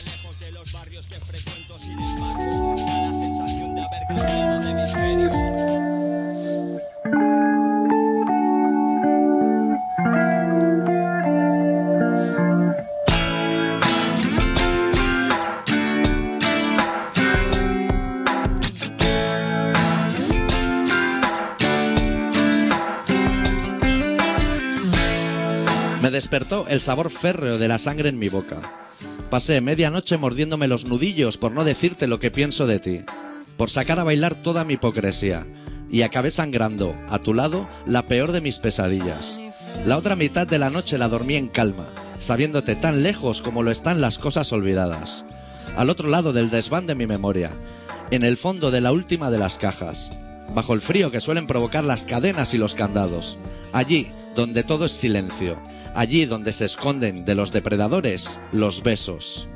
Me despertó el sabor férreo de la sangre en mi boca. Pasé medianoche mordiéndome los nudillos por no decirte lo que pienso de ti, por sacar a bailar toda mi hipocresía, y acabé sangrando, a tu lado, la peor de mis pesadillas. La otra mitad de la noche la dormí en calma, sabiéndote tan lejos como lo están las cosas olvidadas. Al otro lado del desván de mi memoria, en el fondo de la última de las cajas, bajo el frío que suelen provocar las cadenas y los candados, allí donde todo es silencio, allí donde se esconden de los depredadores los besos.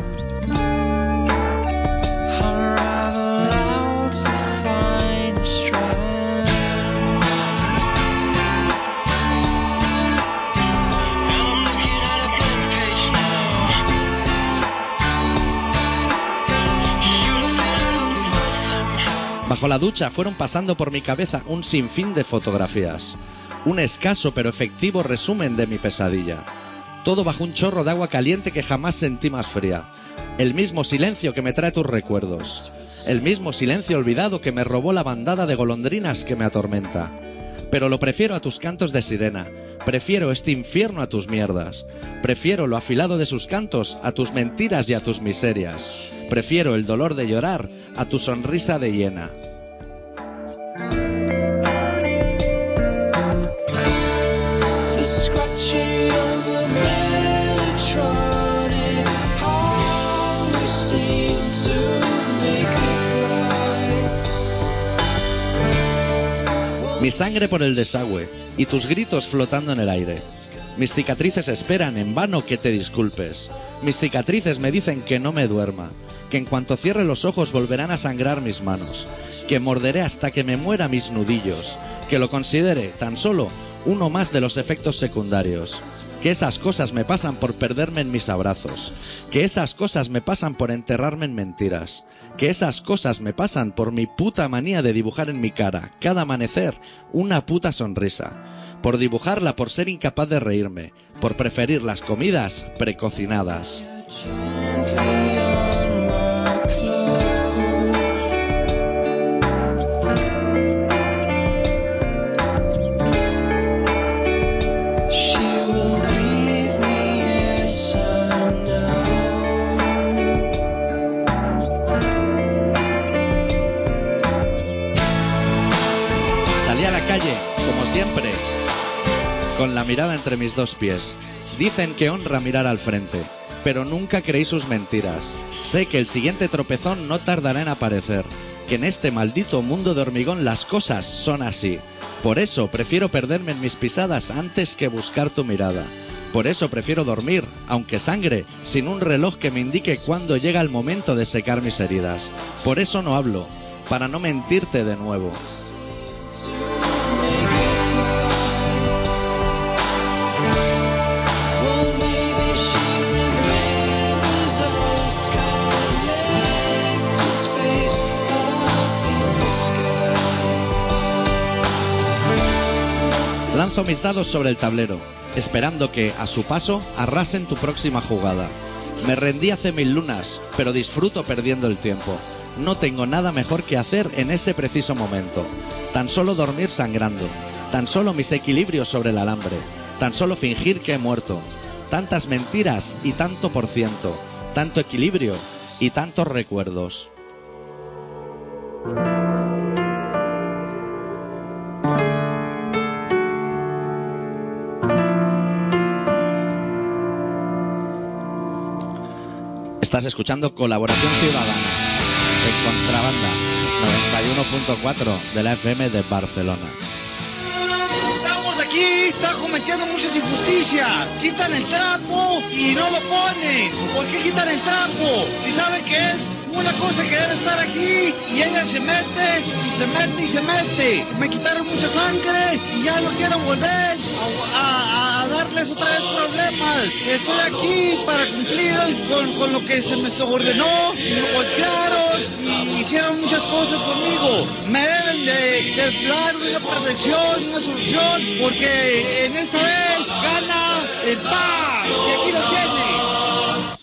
Bajo la ducha fueron pasando por mi cabeza un sinfín de fotografías. Un escaso pero efectivo resumen de mi pesadilla. Todo bajo un chorro de agua caliente que jamás sentí más fría. El mismo silencio que me trae tus recuerdos. El mismo silencio olvidado que me robó la bandada de golondrinas que me atormenta. Pero lo prefiero a tus cantos de sirena. Prefiero este infierno a tus mierdas. Prefiero lo afilado de sus cantos a tus mentiras y a tus miserias. Prefiero el dolor de llorar a tu sonrisa de hiena. The scratching of a Metronic always seemed to make me cry. Mi sangre por el desagüe y tus gritos flotando en el aire. Mis cicatrices esperan en vano que te disculpes. Mis cicatrices me dicen que no me duerma, que en cuanto cierre los ojos volverán a sangrar mis manos, que morderé hasta que me muera mis nudillos, que lo considere tan solo uno más de los efectos secundarios, que esas cosas me pasan por perderme en mis abrazos, que esas cosas me pasan por enterrarme en mentiras, que esas cosas me pasan por mi puta manía de dibujar en mi cara, cada amanecer, una puta sonrisa, por dibujarla por ser incapaz de reírme, por preferir las comidas precocinadas. Salí a la calle, como siempre, con la mirada entre mis dos pies. Dicen que honra mirar al frente, pero nunca creí sus mentiras. Sé que el siguiente tropezón no tardará en aparecer, que en este maldito mundo de hormigón las cosas son así. Por eso prefiero perderme en mis pisadas antes que buscar tu mirada. Por eso prefiero dormir, aunque sangre, sin un reloj que me indique cuándo llega el momento de secar mis heridas. Por eso no hablo, para no mentirte de nuevo. Lanzo mis dados sobre el tablero, esperando que, a su paso, arrasen tu próxima jugada. Me rendí hace mil lunas, pero disfruto perdiendo el tiempo. No tengo nada mejor que hacer en ese preciso momento. Tan solo dormir sangrando, tan solo mis equilibrios sobre el alambre, tan solo fingir que he muerto. Tantas mentiras y tanto por ciento, tanto equilibrio y tantos recuerdos. Estás escuchando Colaboración Ciudadana en Contrabanda noventa y uno punto cuatro de la F M de Barcelona. Estamos aquí, está cometiendo muchas injusticias. Quitan el trapo y no lo ponen. ¿Por qué quitan el trapo? Si saben que es una cosa que debe estar aquí y ella se mete y se mete y se mete. Me quitaron mucha sangre y ya no quiero volver a, a, a darles otra vez problemas. Estoy aquí para cumplir con, con lo que se me ordenó. Me golpearon y hicieron muchas cosas conmigo. Me deben de, de dar una protección, una solución, porque en esta vez gana el P A y aquí lo tiene.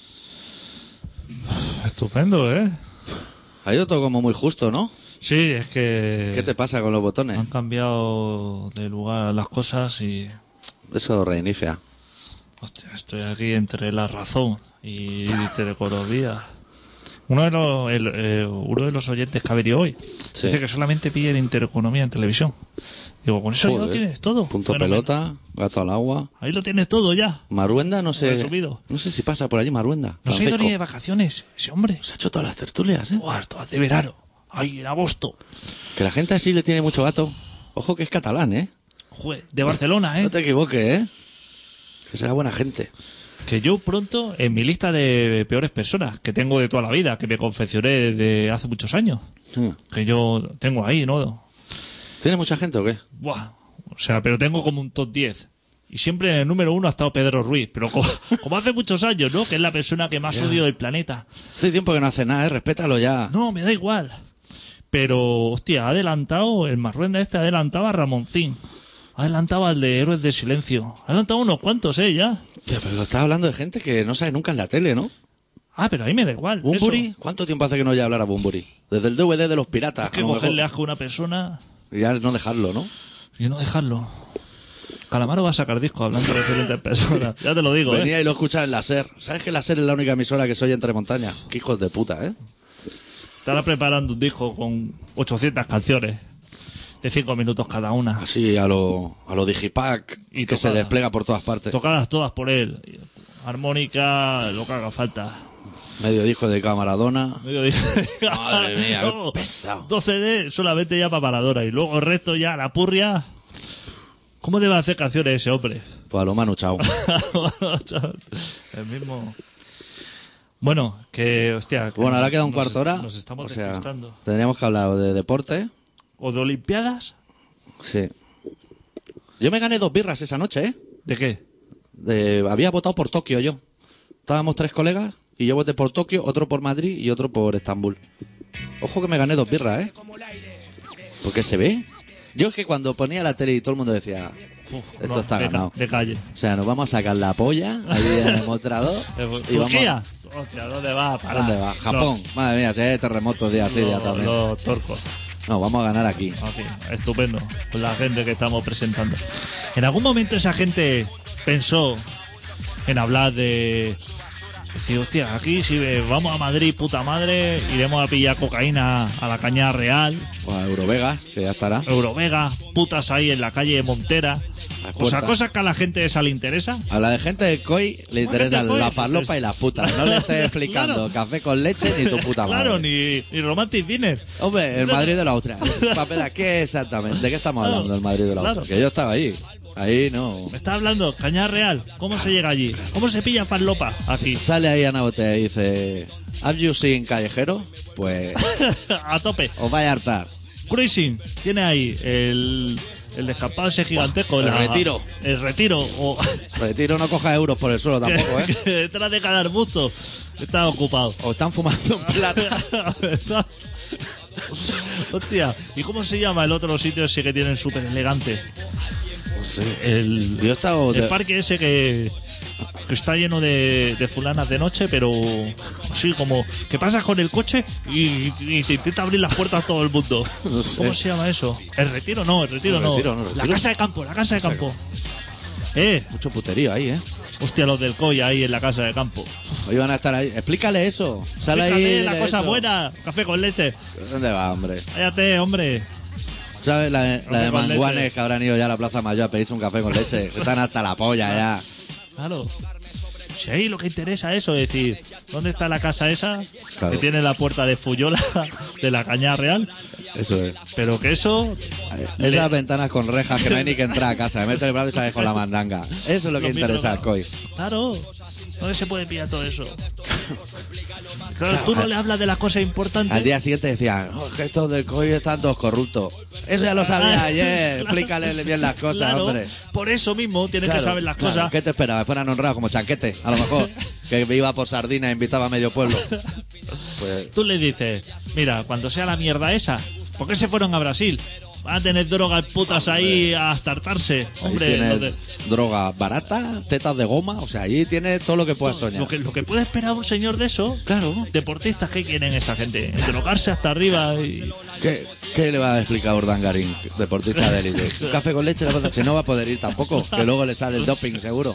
Estupendo, ¿eh? Ha ido todo como muy justo, ¿no? Sí, es que... ¿Qué te pasa con los botones? Han cambiado de lugar las cosas y... Eso reinicia. Hostia, estoy aquí entre la razón y telecolodía. Uno de los el, eh, uno de los oyentes que ha venido hoy Sí. dice que solamente pille intereconomía en televisión. Digo, con eso ya lo Joder. tienes todo. Punto Fenomenal. pelota, gato al agua. Ahí lo tienes todo ya. Maruenda, no sé. Resumido. No sé si pasa por allí Maruenda. No se ha ido Francesco. ni de vacaciones ese hombre. Se ha hecho todas las tertulias, ¿eh? Buah, todas de verano. Ay, en agosto. Que la gente así le tiene mucho gato. Ojo que es catalán, ¿eh? Joder, de Barcelona, ¿eh? No te equivoques, ¿eh? Que será buena gente. Que yo pronto, en mi lista de peores personas que tengo de toda la vida, que me confeccioné de hace muchos años, Hmm. que yo tengo ahí, ¿no? ¿Tiene mucha gente o qué? Buah. O sea, pero tengo como un top diez. Y siempre en el número uno ha estado Pedro Ruiz. Pero como, como hace muchos años, ¿no? Que es la persona que más Ya. odio del planeta. Hace tiempo que no hace nada, ¿eh? Respétalo ya. No, me da igual. Pero, hostia, ha adelantado, el Marruenda este adelantaba a Ramoncín. Ha adelantado al de Héroes de Silencio. Ha adelantado unos cuantos, ¿eh? Ya. Tío, pero estás hablando de gente que no sale nunca en la tele, ¿no? Ah, pero ahí me da igual. ¿Bumburi? Eso. ¿Cuánto tiempo hace que no oye hablar a Bumburi? Desde el D V D de los piratas. Es que a lo mejor. cogerle asco a una persona Y ya no dejarlo, ¿no? y no dejarlo. Calamaro va a sacar disco hablando de diferentes personas. Ya te lo digo, ¿eh? Venía y lo escuchaba en la SER. ¿Sabes que la SER es la única emisora que soy entre montañas? Qué hijos de puta, ¿eh? Estará preparando un disco con ochocientas canciones de cinco minutos cada una. Así a lo, a lo Digipack, Y que se tocada. despliega por todas partes. Tocadas todas por él. Armónica, lo que haga falta. Medio disco de Maradona. Medio disco. Madre mía, qué No, pesado. dos C D solamente ya para Maradona. Y luego el resto ya, la purria. ¿Cómo debe hacer canciones ese hombre? Pues a lo Manu Chao. El mismo. Bueno, que, hostia. que Bueno, ahora queda un nos- cuarto hora. Nos estamos O sea, despistando. tendríamos que hablar o de deporte. ¿O de Olimpiadas? Sí. Yo me gané dos birras esa noche, ¿eh? ¿De qué? De- había votado por Tokio yo. Estábamos tres colegas y yo voté por Tokio, otro por Madrid y otro por Estambul. Ojo que me gané dos birras, ¿eh? Porque se ve. Yo es que cuando ponía la tele y todo el mundo decía, Uf, esto no, está de, ca- ganado. de calle. O sea, nos vamos a sacar la polla ahí en el mostrador. y vamos- ¿Turquía? Hostia, ¿dónde va? ¿A Para. dónde va? Japón. Madre mía, si hay terremotos día sí, día Los, también. los turcos. No, vamos a ganar aquí. Así, estupendo. Con la gente que estamos presentando. ¿En algún momento esa gente pensó en hablar de... Decir, hostia, aquí si vamos a Madrid, puta madre, iremos a pillar cocaína a la Cañada Real, Pues a Eurovegas, que ya estará. Eurovega, putas ahí en la calle de Montera. Las O sea, puertas. cosas que a la gente esa le interesa. A la de gente de C O I le interesan gente de C O I, la farlopa y las putas. No le estés explicando Claro. café con leche ni tu puta madre. Claro, ni, ni Romantic Dinner. Hombre, el Madrid de la Austria. Papel, ¿qué exactamente? ¿De qué estamos Claro, hablando del Madrid de la claro. Austria? Que yo estaba ahí. Ahí no. Me está hablando, Cañada Real. ¿Cómo se llega allí? ¿Cómo se pilla farlopa? Así. Sale ahí Ana Botea y dice, ¿have you seen Callejero? Pues A tope. os vais a hartar. Cruising. Tiene ahí el, el descampado ese gigantesco. El la- Retiro. El retiro. O, Retiro no coja euros por el suelo tampoco, ¿eh? que detrás de cada arbusto está ocupado. O están fumando en plata. Está- Hostia, ¿y cómo se llama el otro sitio ese que tienen súper elegante? No sé. El, Yo he estado... el de- parque ese que, que está lleno de, de fulanas de noche, pero así como que pasas con el coche y, y te intenta abrir las puertas a todo el mundo. No sé. ¿Cómo se llama eso? El retiro no, el retiro El no. Retiro no, el La Retiro. casa de campo, la casa de campo. Eh, Mucho puterío ahí, ¿eh? hostia, los del C O I ahí en la casa de campo. Hoy van a estar ahí. Explícale eso. Sale ahí. Fíjate, la de cosa eso. buena, café con leche. ¿Dónde va, hombre? Cállate, hombre. ¿Sabes? La, de- la de con manguanes leche. que habrán ido ya a la Plaza Mayor a pedirse un café con leche. Están hasta la polla ya. Claro. Si ahí lo que interesa es eso, es decir, ¿dónde está la casa esa Claro. que tiene la puerta de Fuyola de la Cañada Real? Eso es. Pero que eso... Esas le- ventanas con rejas que no hay ni que entrar a casa. Me meto el brazo y sales con la mandanga. Eso es lo que Lo mismo, interesa al claro. C O I. Claro, ¿dónde se puede pillar todo eso? Claro, tú no le hablas de las cosas importantes. Al día siguiente decían, oh, que estos del C O I están todos corruptos. Eso ya lo sabía ayer. Claro. Explícale bien las cosas, Claro, hombre. por eso mismo tienes Claro, que saber las claro. cosas. ¿Qué te esperaba? Que fueran honrados como Chanquete, a lo mejor. Que iba por sardina e invitaba a medio pueblo. Pues Tú le dices, mira, cuando sea la mierda esa, ¿por qué se fueron a Brasil? Van a tener drogas putas ahí a hartarse. ahí Hombre, tienes lo, de- droga barata, tetas de goma. O sea, allí tienes todo lo que puedas soñar. lo que, lo que puede esperar un señor de eso. Claro. Deportistas, ¿qué quieren esa gente? Drogarse hasta arriba y... ¿Qué, qué le va a explicar Urdangarín, deportista de élite? Un café con leche, le va a- si no va a poder ir tampoco, que luego le sale el doping seguro.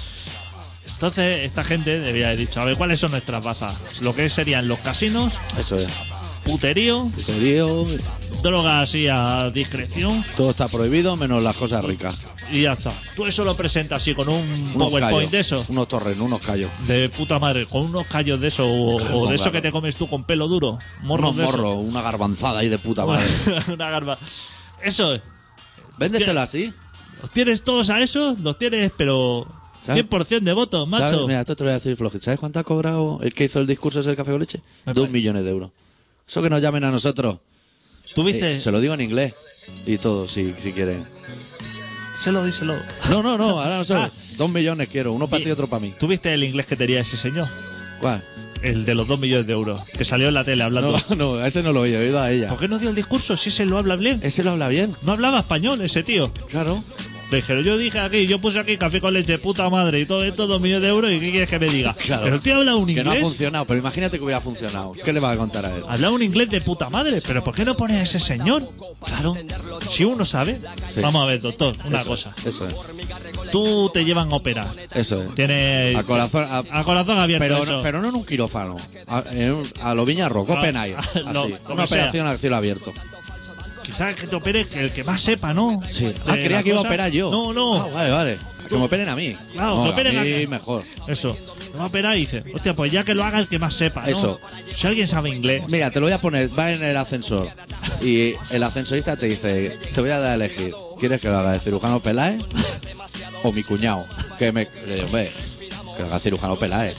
Entonces, esta gente debía haber dicho, a ver, ¿cuáles son nuestras bazas? Lo que serían los casinos, Eso es. puterío, Puterío, drogas así a discreción todo está prohibido menos las cosas ricas. y ya está. Tú eso lo presentas así con un Unos PowerPoint callos, de eso, unos torrenos, unos callos. de puta madre, con unos callos de eso, o, o de eso claro. que te comes tú con pelo duro, morros Unos de eso. morros, una garbanzada ahí de puta madre. Una garba. Eso es. Véndeselo así. Los tienes todos a eso, los tienes, pero ¿Sabes? cien por ciento de votos, macho. ¿Sabes? Mira, esto te lo voy a decir flojito. ¿Sabes cuánto ha cobrado el que hizo el discurso ese del café con leche? Me Dos parece. millones de euros. Eso que nos llamen a nosotros. ¿Tú viste? Eh, se lo digo en inglés. Y todo, si, si quieren. Díselo, díselo. No, no, no, ahora no sé. Ah. Dos millones quiero, uno para ti y otro para mí. ¿Tú viste el inglés que tenía ese señor? ¿Cuál? El de los dos millones de euros, que salió en la tele hablando. No, no, a ese no lo oí, he oído a ella. ¿Por qué no dio el discurso si se lo habla bien? Ese lo habla bien. No hablaba español ese tío. Claro. Le dijeron, yo dije aquí, yo puse aquí café con leche, puta madre, y todo esto, dos millones de euros, ¿y qué quieres que me diga? Claro. Pero el tío habla un Que no ha inglés. funcionado, pero imagínate que hubiera funcionado. ¿Qué le vas a contar a él? Habla un inglés de puta madre, pero ¿por qué no pones a ese señor? Claro. Si uno sabe. Sí. Vamos a ver, doctor, una Eso, cosa. Eso es. Tú te llevan a operar. Eso es. Tienes. A corazón. a- a corazón abierto. pero, eso. no, pero no en un quirófano. A, en un- a lo Viña Rock, Ah, Open Air. ah, Así. lo- lo Una que sea. operación a cielo abierto. Quizás que te opere que el que más sepa, ¿no? Sí. De Ah, creía la que iba a cosa. operar yo. No, no. Ah, vale, vale. Que me operen a mí. Claro, No, que operen a mí a- mejor. Eso. Lo va a operar y dice, hostia, pues ya que lo haga el que más sepa, ¿no? Eso. Si alguien sabe inglés. Mira, te lo voy a poner, va en el ascensor y el ascensorista te dice, te voy a dar a elegir, ¿quieres que lo haga de cirujano Peláez o mi cuñado, que me... Que, hombre, que haga cirujano Peláez.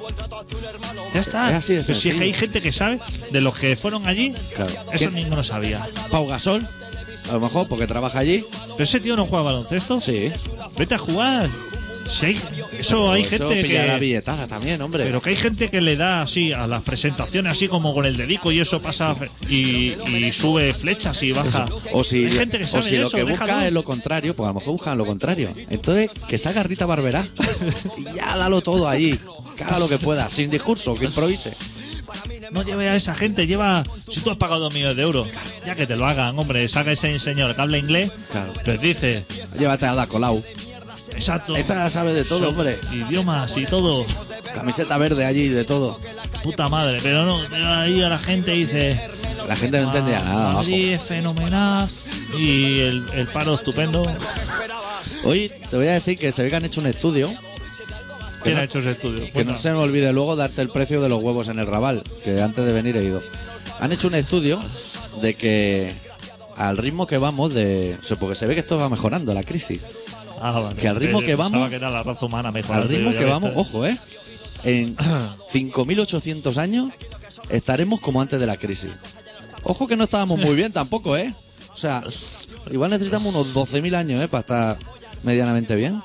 Ya está. Es así de Pero si es sencillo. que hay gente que sabe de los que fueron allí, Claro. eso ¿Quién? ninguno sabía. Pau Gasol, a lo mejor porque trabaja allí. Pero ese tío no juega baloncesto. Sí. Vete a jugar. Si hay- eso hay Eso gente pillará que... billetada también, hombre. Pero que hay gente que le da así a las presentaciones, así como con el dedico y eso pasa y, y sube flechas y baja. O si, hay gente que o sabe si de lo eso, que busca déjalo. es lo contrario, pues a lo mejor buscan lo contrario. Entonces, que salga Rita Barberá y ya dalo todo ahí. Que haga lo que pueda, sin discurso, que improvise. No lleve a esa gente, lleva... Si tú has pagado dos millones de euros, ya que te lo hagan, hombre, saca ese señor que habla inglés, Claro. les dice, Llévate a Ada Colau. exacto, Esa sabe de todo, hombre. idiomas y todo, Camiseta verde allí, de todo. puta madre, pero no, pero ahí a la gente dice, La gente no entendía nada, majo. Madrid es fenomenal y el, el paro estupendo. Hoy te voy a decir que se ve que han hecho un estudio. ¿Quién no- ha hecho ese estudio? Que Cuenta. no se me olvide luego darte el precio de los huevos en el Raval, que antes de venir he ido. Han hecho un estudio de que al ritmo que vamos de... o sea, porque se ve que esto va mejorando, la crisis. Ah, vale. que al ritmo Eh, que pensaba vamos- que era la raza humana mejor. Al ritmo Ya que ves, vamos, eh. ojo, ¿eh? En cinco mil ochocientos años estaremos como antes de la crisis. Ojo que no estábamos muy bien tampoco, ¿eh? O sea, igual necesitamos unos doce mil años, ¿eh? Para estar medianamente bien.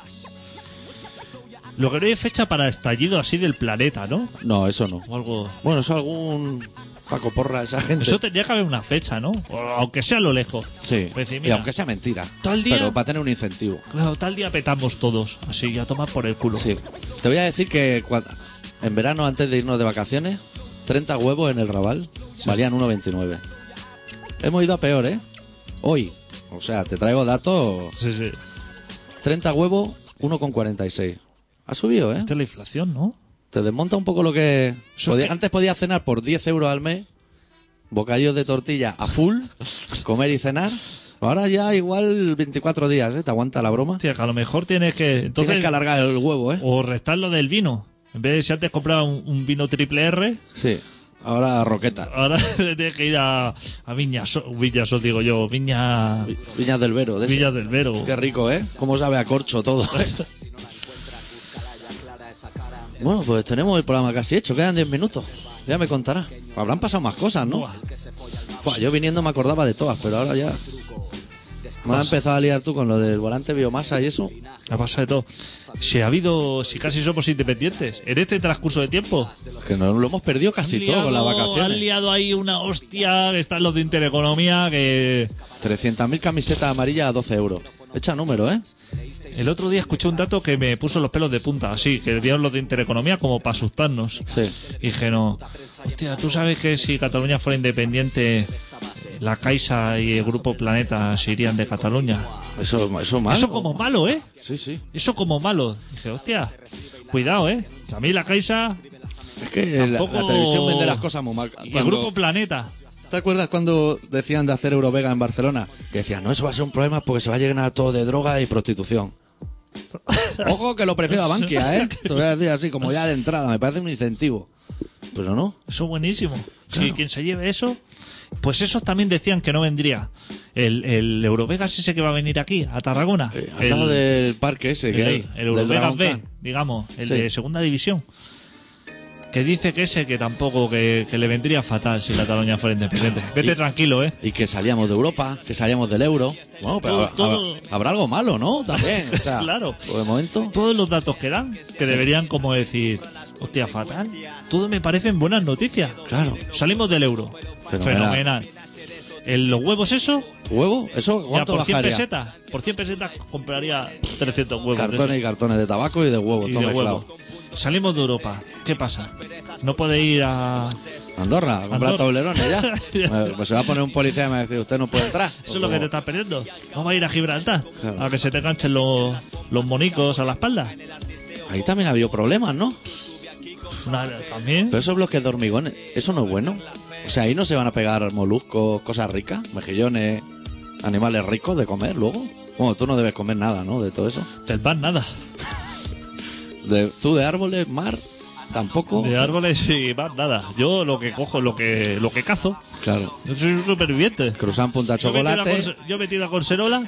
Lo que no hay fecha para estallido así del planeta, ¿no? No, eso no. O algo... Bueno, eso algún Paco Porra, esa gente. Eso tendría que haber una fecha, ¿no? O aunque sea a lo lejos. Sí, Pues decir, y mira, aunque sea mentira. todo el día- Pero para tener un incentivo. claro, tal día petamos todos. Así, ya tomar por el culo. Sí. Te voy a decir que cua- en verano, antes de irnos de vacaciones, treinta huevos en el Raval valían uno veintinueve. Hemos ido a peor, ¿eh? Hoy. O sea, te traigo datos. Sí, sí. treinta huevos, uno cuarenta y seis. Ha subido, ¿eh? Esta es la inflación, ¿no? Te desmonta un poco lo que... Eso podía- es que- Antes podías cenar por diez euros al mes, bocadillos de tortilla a full, comer y cenar. Ahora ya igual veinticuatro días, ¿eh? Te aguanta la broma. Hostia, que a lo mejor tienes que... Entonces, Tienes que alargar el huevo, ¿eh? o restar lo del vino. En vez de si antes compraba un, un vino triple R, Sí. Ahora roqueta. ahora tienes que ir a, a Viñas, Viñas, digo yo, Viña, Viñas del Vero, de ese. Villas del Vero. Qué rico, ¿eh? Cómo sabe a corcho todo. ¿eh? Bueno, pues tenemos el programa casi hecho. Quedan diez minutos. Ya me contará. Habrán pasado más cosas, ¿no? Buah. Buah, yo viniendo me acordaba de todas, pero ahora ya... Me has empezado a liar tú con lo del volante biomasa y eso. Ha pasado de todo. Si ha habido, si casi somos independientes, en este transcurso de tiempo. Que nos lo hemos perdido casi Han todo con las liado- Han vacaciones. liado ahí una hostia, que están los de Intereconomía, que trescientas mil camisetas amarillas a doce euros. Echa número, ¿eh? el otro día escuché un dato que me puso los pelos de punta, así, que dieron los de Intereconomía como para asustarnos. Sí. Y dije, no, hostia, ¿tú sabes que si Cataluña fuera independiente, la Caixa y el Grupo Planeta se irían de Cataluña? Eso, eso malo. Eso como malo, ¿eh? Sí, sí. Eso como malo. Dije, hostia, cuidado, ¿eh? Que a mí la Caixa Es que la, Tampoco- la televisión vende las cosas muy mal. y el Cuando- Grupo Planeta. ¿Te acuerdas cuando decían de hacer Eurovega en Barcelona? Que decían, no, eso va a ser un problema porque se va a llenar todo de droga y prostitución. Ojo que lo prefiero a Bankia, ¿eh? Te voy a decir así, como ya de entrada, me parece un incentivo. Pero no. Eso es buenísimo. Si quien se lleve eso, pues esos también decían que no vendría. El, el Eurovegas ese que va a venir aquí, a Tarragona. Eh, al el, lado del parque ese que el- hay. el del Eurovegas Dragon B, Khan. digamos, el Sí. de segunda división. Que dice que ese que tampoco, que, que le vendría fatal si Cataluña fuera independiente. Vete Y- tranquilo, ¿eh? Y que salíamos de Europa, que salíamos del euro. Bueno, pero Todo- habrá, todo- habrá algo malo, ¿no? También. O sea, Claro. Por el momento. Todos los datos que dan, que deberían como decir, hostia, fatal. Todo me parecen buenas noticias. Claro. Salimos del euro. Fenomenal. Fenomenal. El- los huevos, eso, ¿Huevo? ¿Eso ya cuánto por cien bajaría? pesetas. Por cien pesetas compraría trescientos huevos. Cartones y cartones de tabaco y de huevos, y todo de mezclado. huevos. Salimos de Europa. ¿Qué pasa? No puede ir a... Andorra, a comprar Andorra. tablerones ya. Eh, Pues se va a poner un policía y me va a decir, usted no puede entrar. Eso es lo que te estás perdiendo. No va a ir a Gibraltar. Claro. A que se te enganchen los, los monicos a la espalda. Ahí también ha habido problemas, ¿no? Una- también. Pero esos bloques de hormigón, eso no es bueno. O sea, ahí no se van a pegar moluscos, cosas ricas, mejillones, animales ricos de comer luego. Bueno, tú no debes comer nada, ¿no? De todo eso. Del pan nada. De, tú de árboles, mar, tampoco. De árboles y más nada. Yo lo que cojo, lo que lo que cazo. Claro. Yo soy un superviviente. Cruzan punta Yo metida, chocolate. con, yo metida con Serola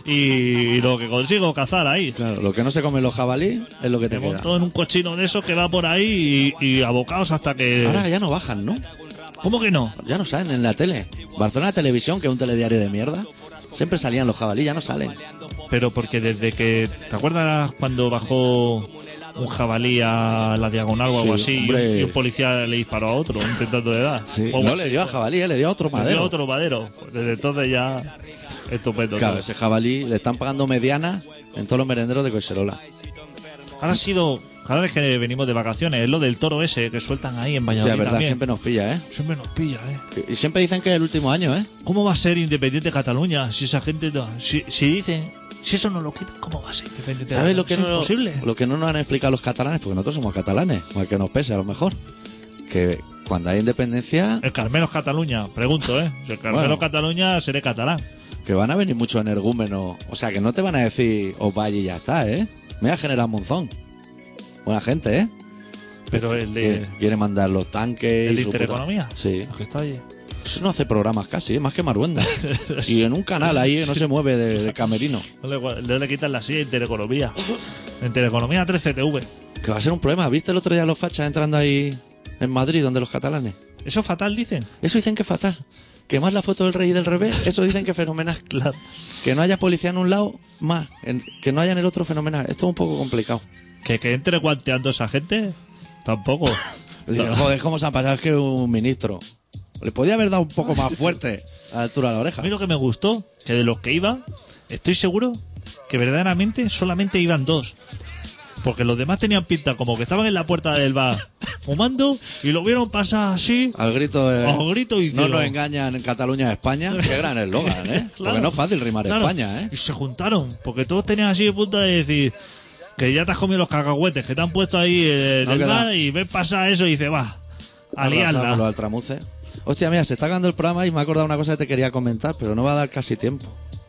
y lo que consigo cazar ahí. Claro, lo que no se comen los jabalí es lo que te Me queda. monto en un cochino de esos que va por ahí y, y abocados hasta que... Ahora ya no bajan, ¿no? ¿Cómo que no? Ya no salen en la tele. Barcelona Televisión, que es un telediario de mierda, siempre salían los jabalí, ya no salen. Pero porque desde que... ¿Te acuerdas cuando bajó un jabalí a la diagonal o algo Sí, así y un, hombre. y un policía le disparó a otro intentando de dar? O algo No así. le dio al jabalí, eh, le dio a otro Le dio madero. otro madero. Pues desde entonces ya... Estupendo. Claro, todo. ese jabalí le están pagando medianas en todos los merenderos de Coiserola. Ahora ha sido... Cada vez que venimos de vacaciones, es lo del toro ese que sueltan ahí en Sí, Valladolid es verdad, también. siempre nos pilla, ¿eh? Siempre nos pilla, ¿eh? Y siempre dicen que es el último año, ¿eh? ¿Cómo va a ser independiente Cataluña si esa gente... no- Si, si dicen... Si eso no lo quitan, ¿cómo va a ser independiente? ¿Sabes lo que, es no, imposible. lo que no nos han explicado los catalanes? Porque nosotros somos catalanes, mal que nos pese a lo mejor. Que cuando hay independencia, El Carmelo es Cataluña, pregunto, ¿eh? Si el Carmelo Bueno. es Cataluña, seré catalán. que van a venir muchos energúmenos. O sea, que no te van a decir, os vaya y ya está, ¿eh? Mira, General Monzón. Buena gente, ¿eh? Pero el de... Quiere, quiere mandar los tanques. ¿El de y su puta- Intereconomía? Sí. El que está allí. Eso no hace programas casi, ¿eh? Más que Maruenda. Y en un canal ahí ¿eh? no se mueve de, de camerino. No le, no le quitan la silla de Intereconomía. Intereconomía tres C T V. Que va a ser un problema. ¿Viste el otro día los fachas entrando ahí en Madrid, donde los catalanes? ¿Eso es fatal, dicen? Eso dicen que es fatal. Que más la foto del rey y del revés, eso dicen que es fenomenal. Claro. Que no haya policía en un lado, más. En- que no haya en el otro, fenomenal. Esto es un poco complicado. Que, que entre guanteando esa gente, tampoco. Digo, joder, ¿cómo se ha pasado? Es que un ministro. Le podía haber dado un poco más fuerte a la altura de la oreja. A mí lo que me gustó, que de los que iban, estoy seguro que verdaderamente solamente iban dos. Porque los demás tenían pinta como que estaban en la puerta del bar fumando y lo vieron pasar así. Al grito de... Al grito y no hicieron- nos engañan en Cataluña, España. Qué gran eslogan, ¿eh? Claro. Porque no es fácil rimar Claro. España, ¿eh? Y se juntaron, porque todos tenían así de punta de decir que ya te has comido los cacahuetes que te han puesto ahí en No el queda. bar y ves pasar eso y dices, va, a Arrasado con los liarla. altramuces. Hostia, mira, se está acabando el programa y me he acordado una cosa que te quería comentar, pero no va a dar casi tiempo.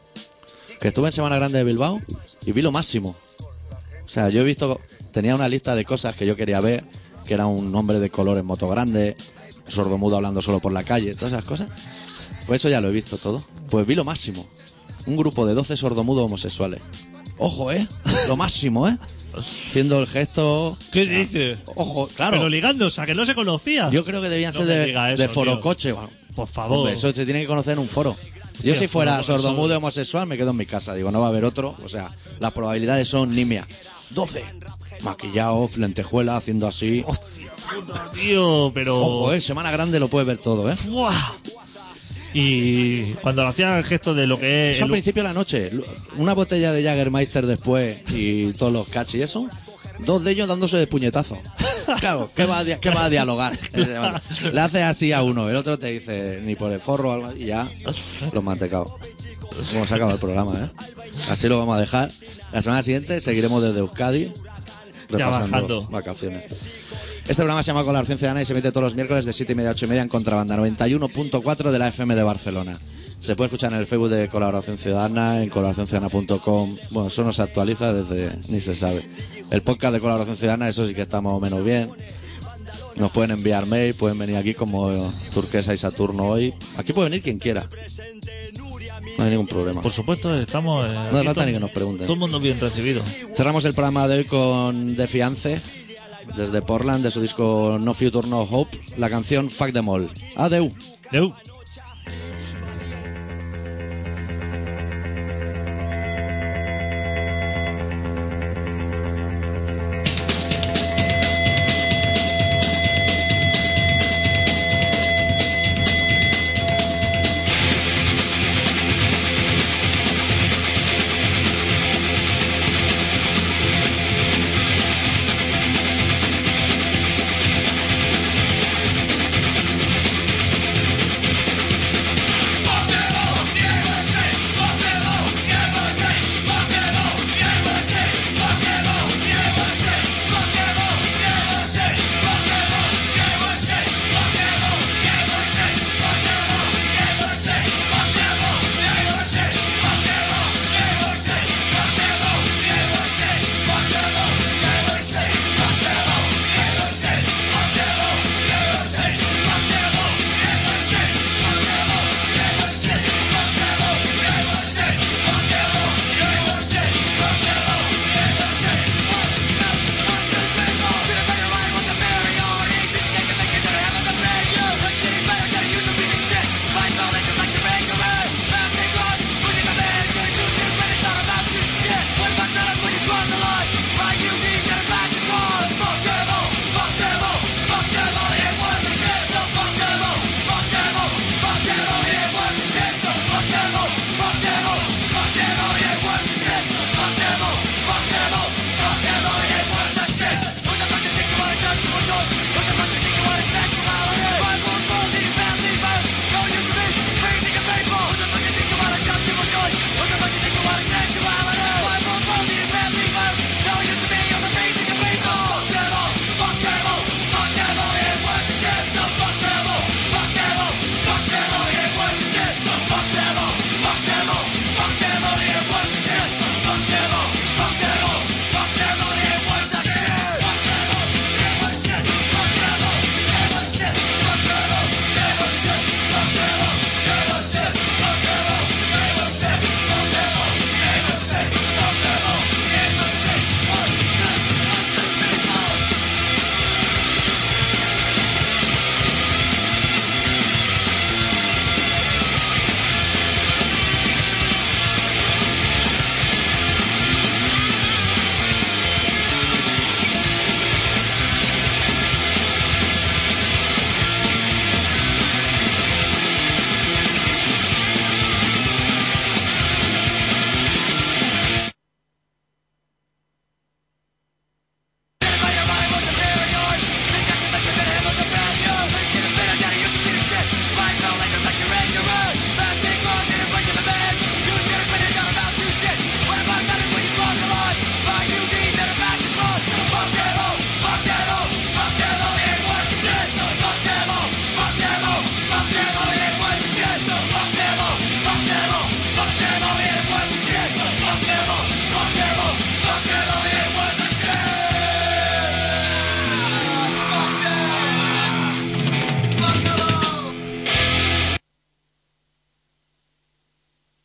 Que estuve en Semana Grande de Bilbao y vi lo máximo. O sea, yo he visto... Tenía una lista de cosas que yo quería ver, que era un hombre de color en moto grande, sordomudo hablando solo por la calle, todas esas cosas. Pues eso ya lo he visto todo. Pues vi lo máximo. Un grupo de doce sordomudos homosexuales. Ojo, ¿eh? Lo máximo, ¿eh? Haciendo el gesto... ¿Qué dices? Ojo, claro. Pero ligándose, a que no se conocía. Yo creo que debían No ser me de, diga eso, de tío. forocoche. Bueno, Por favor. hombre, eso se tiene que conocer en un foro. Yo Hostia, si fuera foro- sordomudo eso- y homosexual me quedo en mi casa. Digo, no va a haber otro. O sea, las probabilidades son nimias. doce. Maquillados, lentejuelas, haciendo así. Hostia puta, tío, pero... Ojo, eh, Semana Grande lo puedes ver todo, ¿eh? ¡Fua! Y cuando hacían el gesto de lo que es... Eso al el- principio de la noche. Una botella de Jägermeister después y todos los cachis y eso. Dos de ellos dándose de puñetazo. Claro, ¿qué va a, dia- qué va a dialogar? Le haces así a uno, el otro te dice ni por el forro o algo y ya los mantecados. Hemos acabado el programa, ¿eh? Así lo vamos a dejar. La semana siguiente seguiremos desde Euskadi repasando bajando. vacaciones. Este programa se llama Colaboración Ciudadana y se emite todos los miércoles de siete y media a ocho y media en Contrabanda noventa y uno punto cuatro de la F M de Barcelona. Se puede escuchar en el Facebook de Colaboración Ciudadana, en colaboración ciudadana punto com. Bueno, eso no se actualiza desde... ni se sabe. El podcast de Colaboración Ciudadana, eso sí que está más o menos bien. Nos pueden enviar mail, pueden venir aquí como Turquesa y Saturno hoy. Aquí puede venir quien quiera. No hay ningún problema. Por supuesto, estamos... eh, No aquí hace falta todo- ni que nos pregunten. Todo el mundo bien recibido. Cerramos el programa de hoy con The Fiance, desde Portland, de su disco No Future No Hope, la canción Fuck Them All. Adeu. Deu.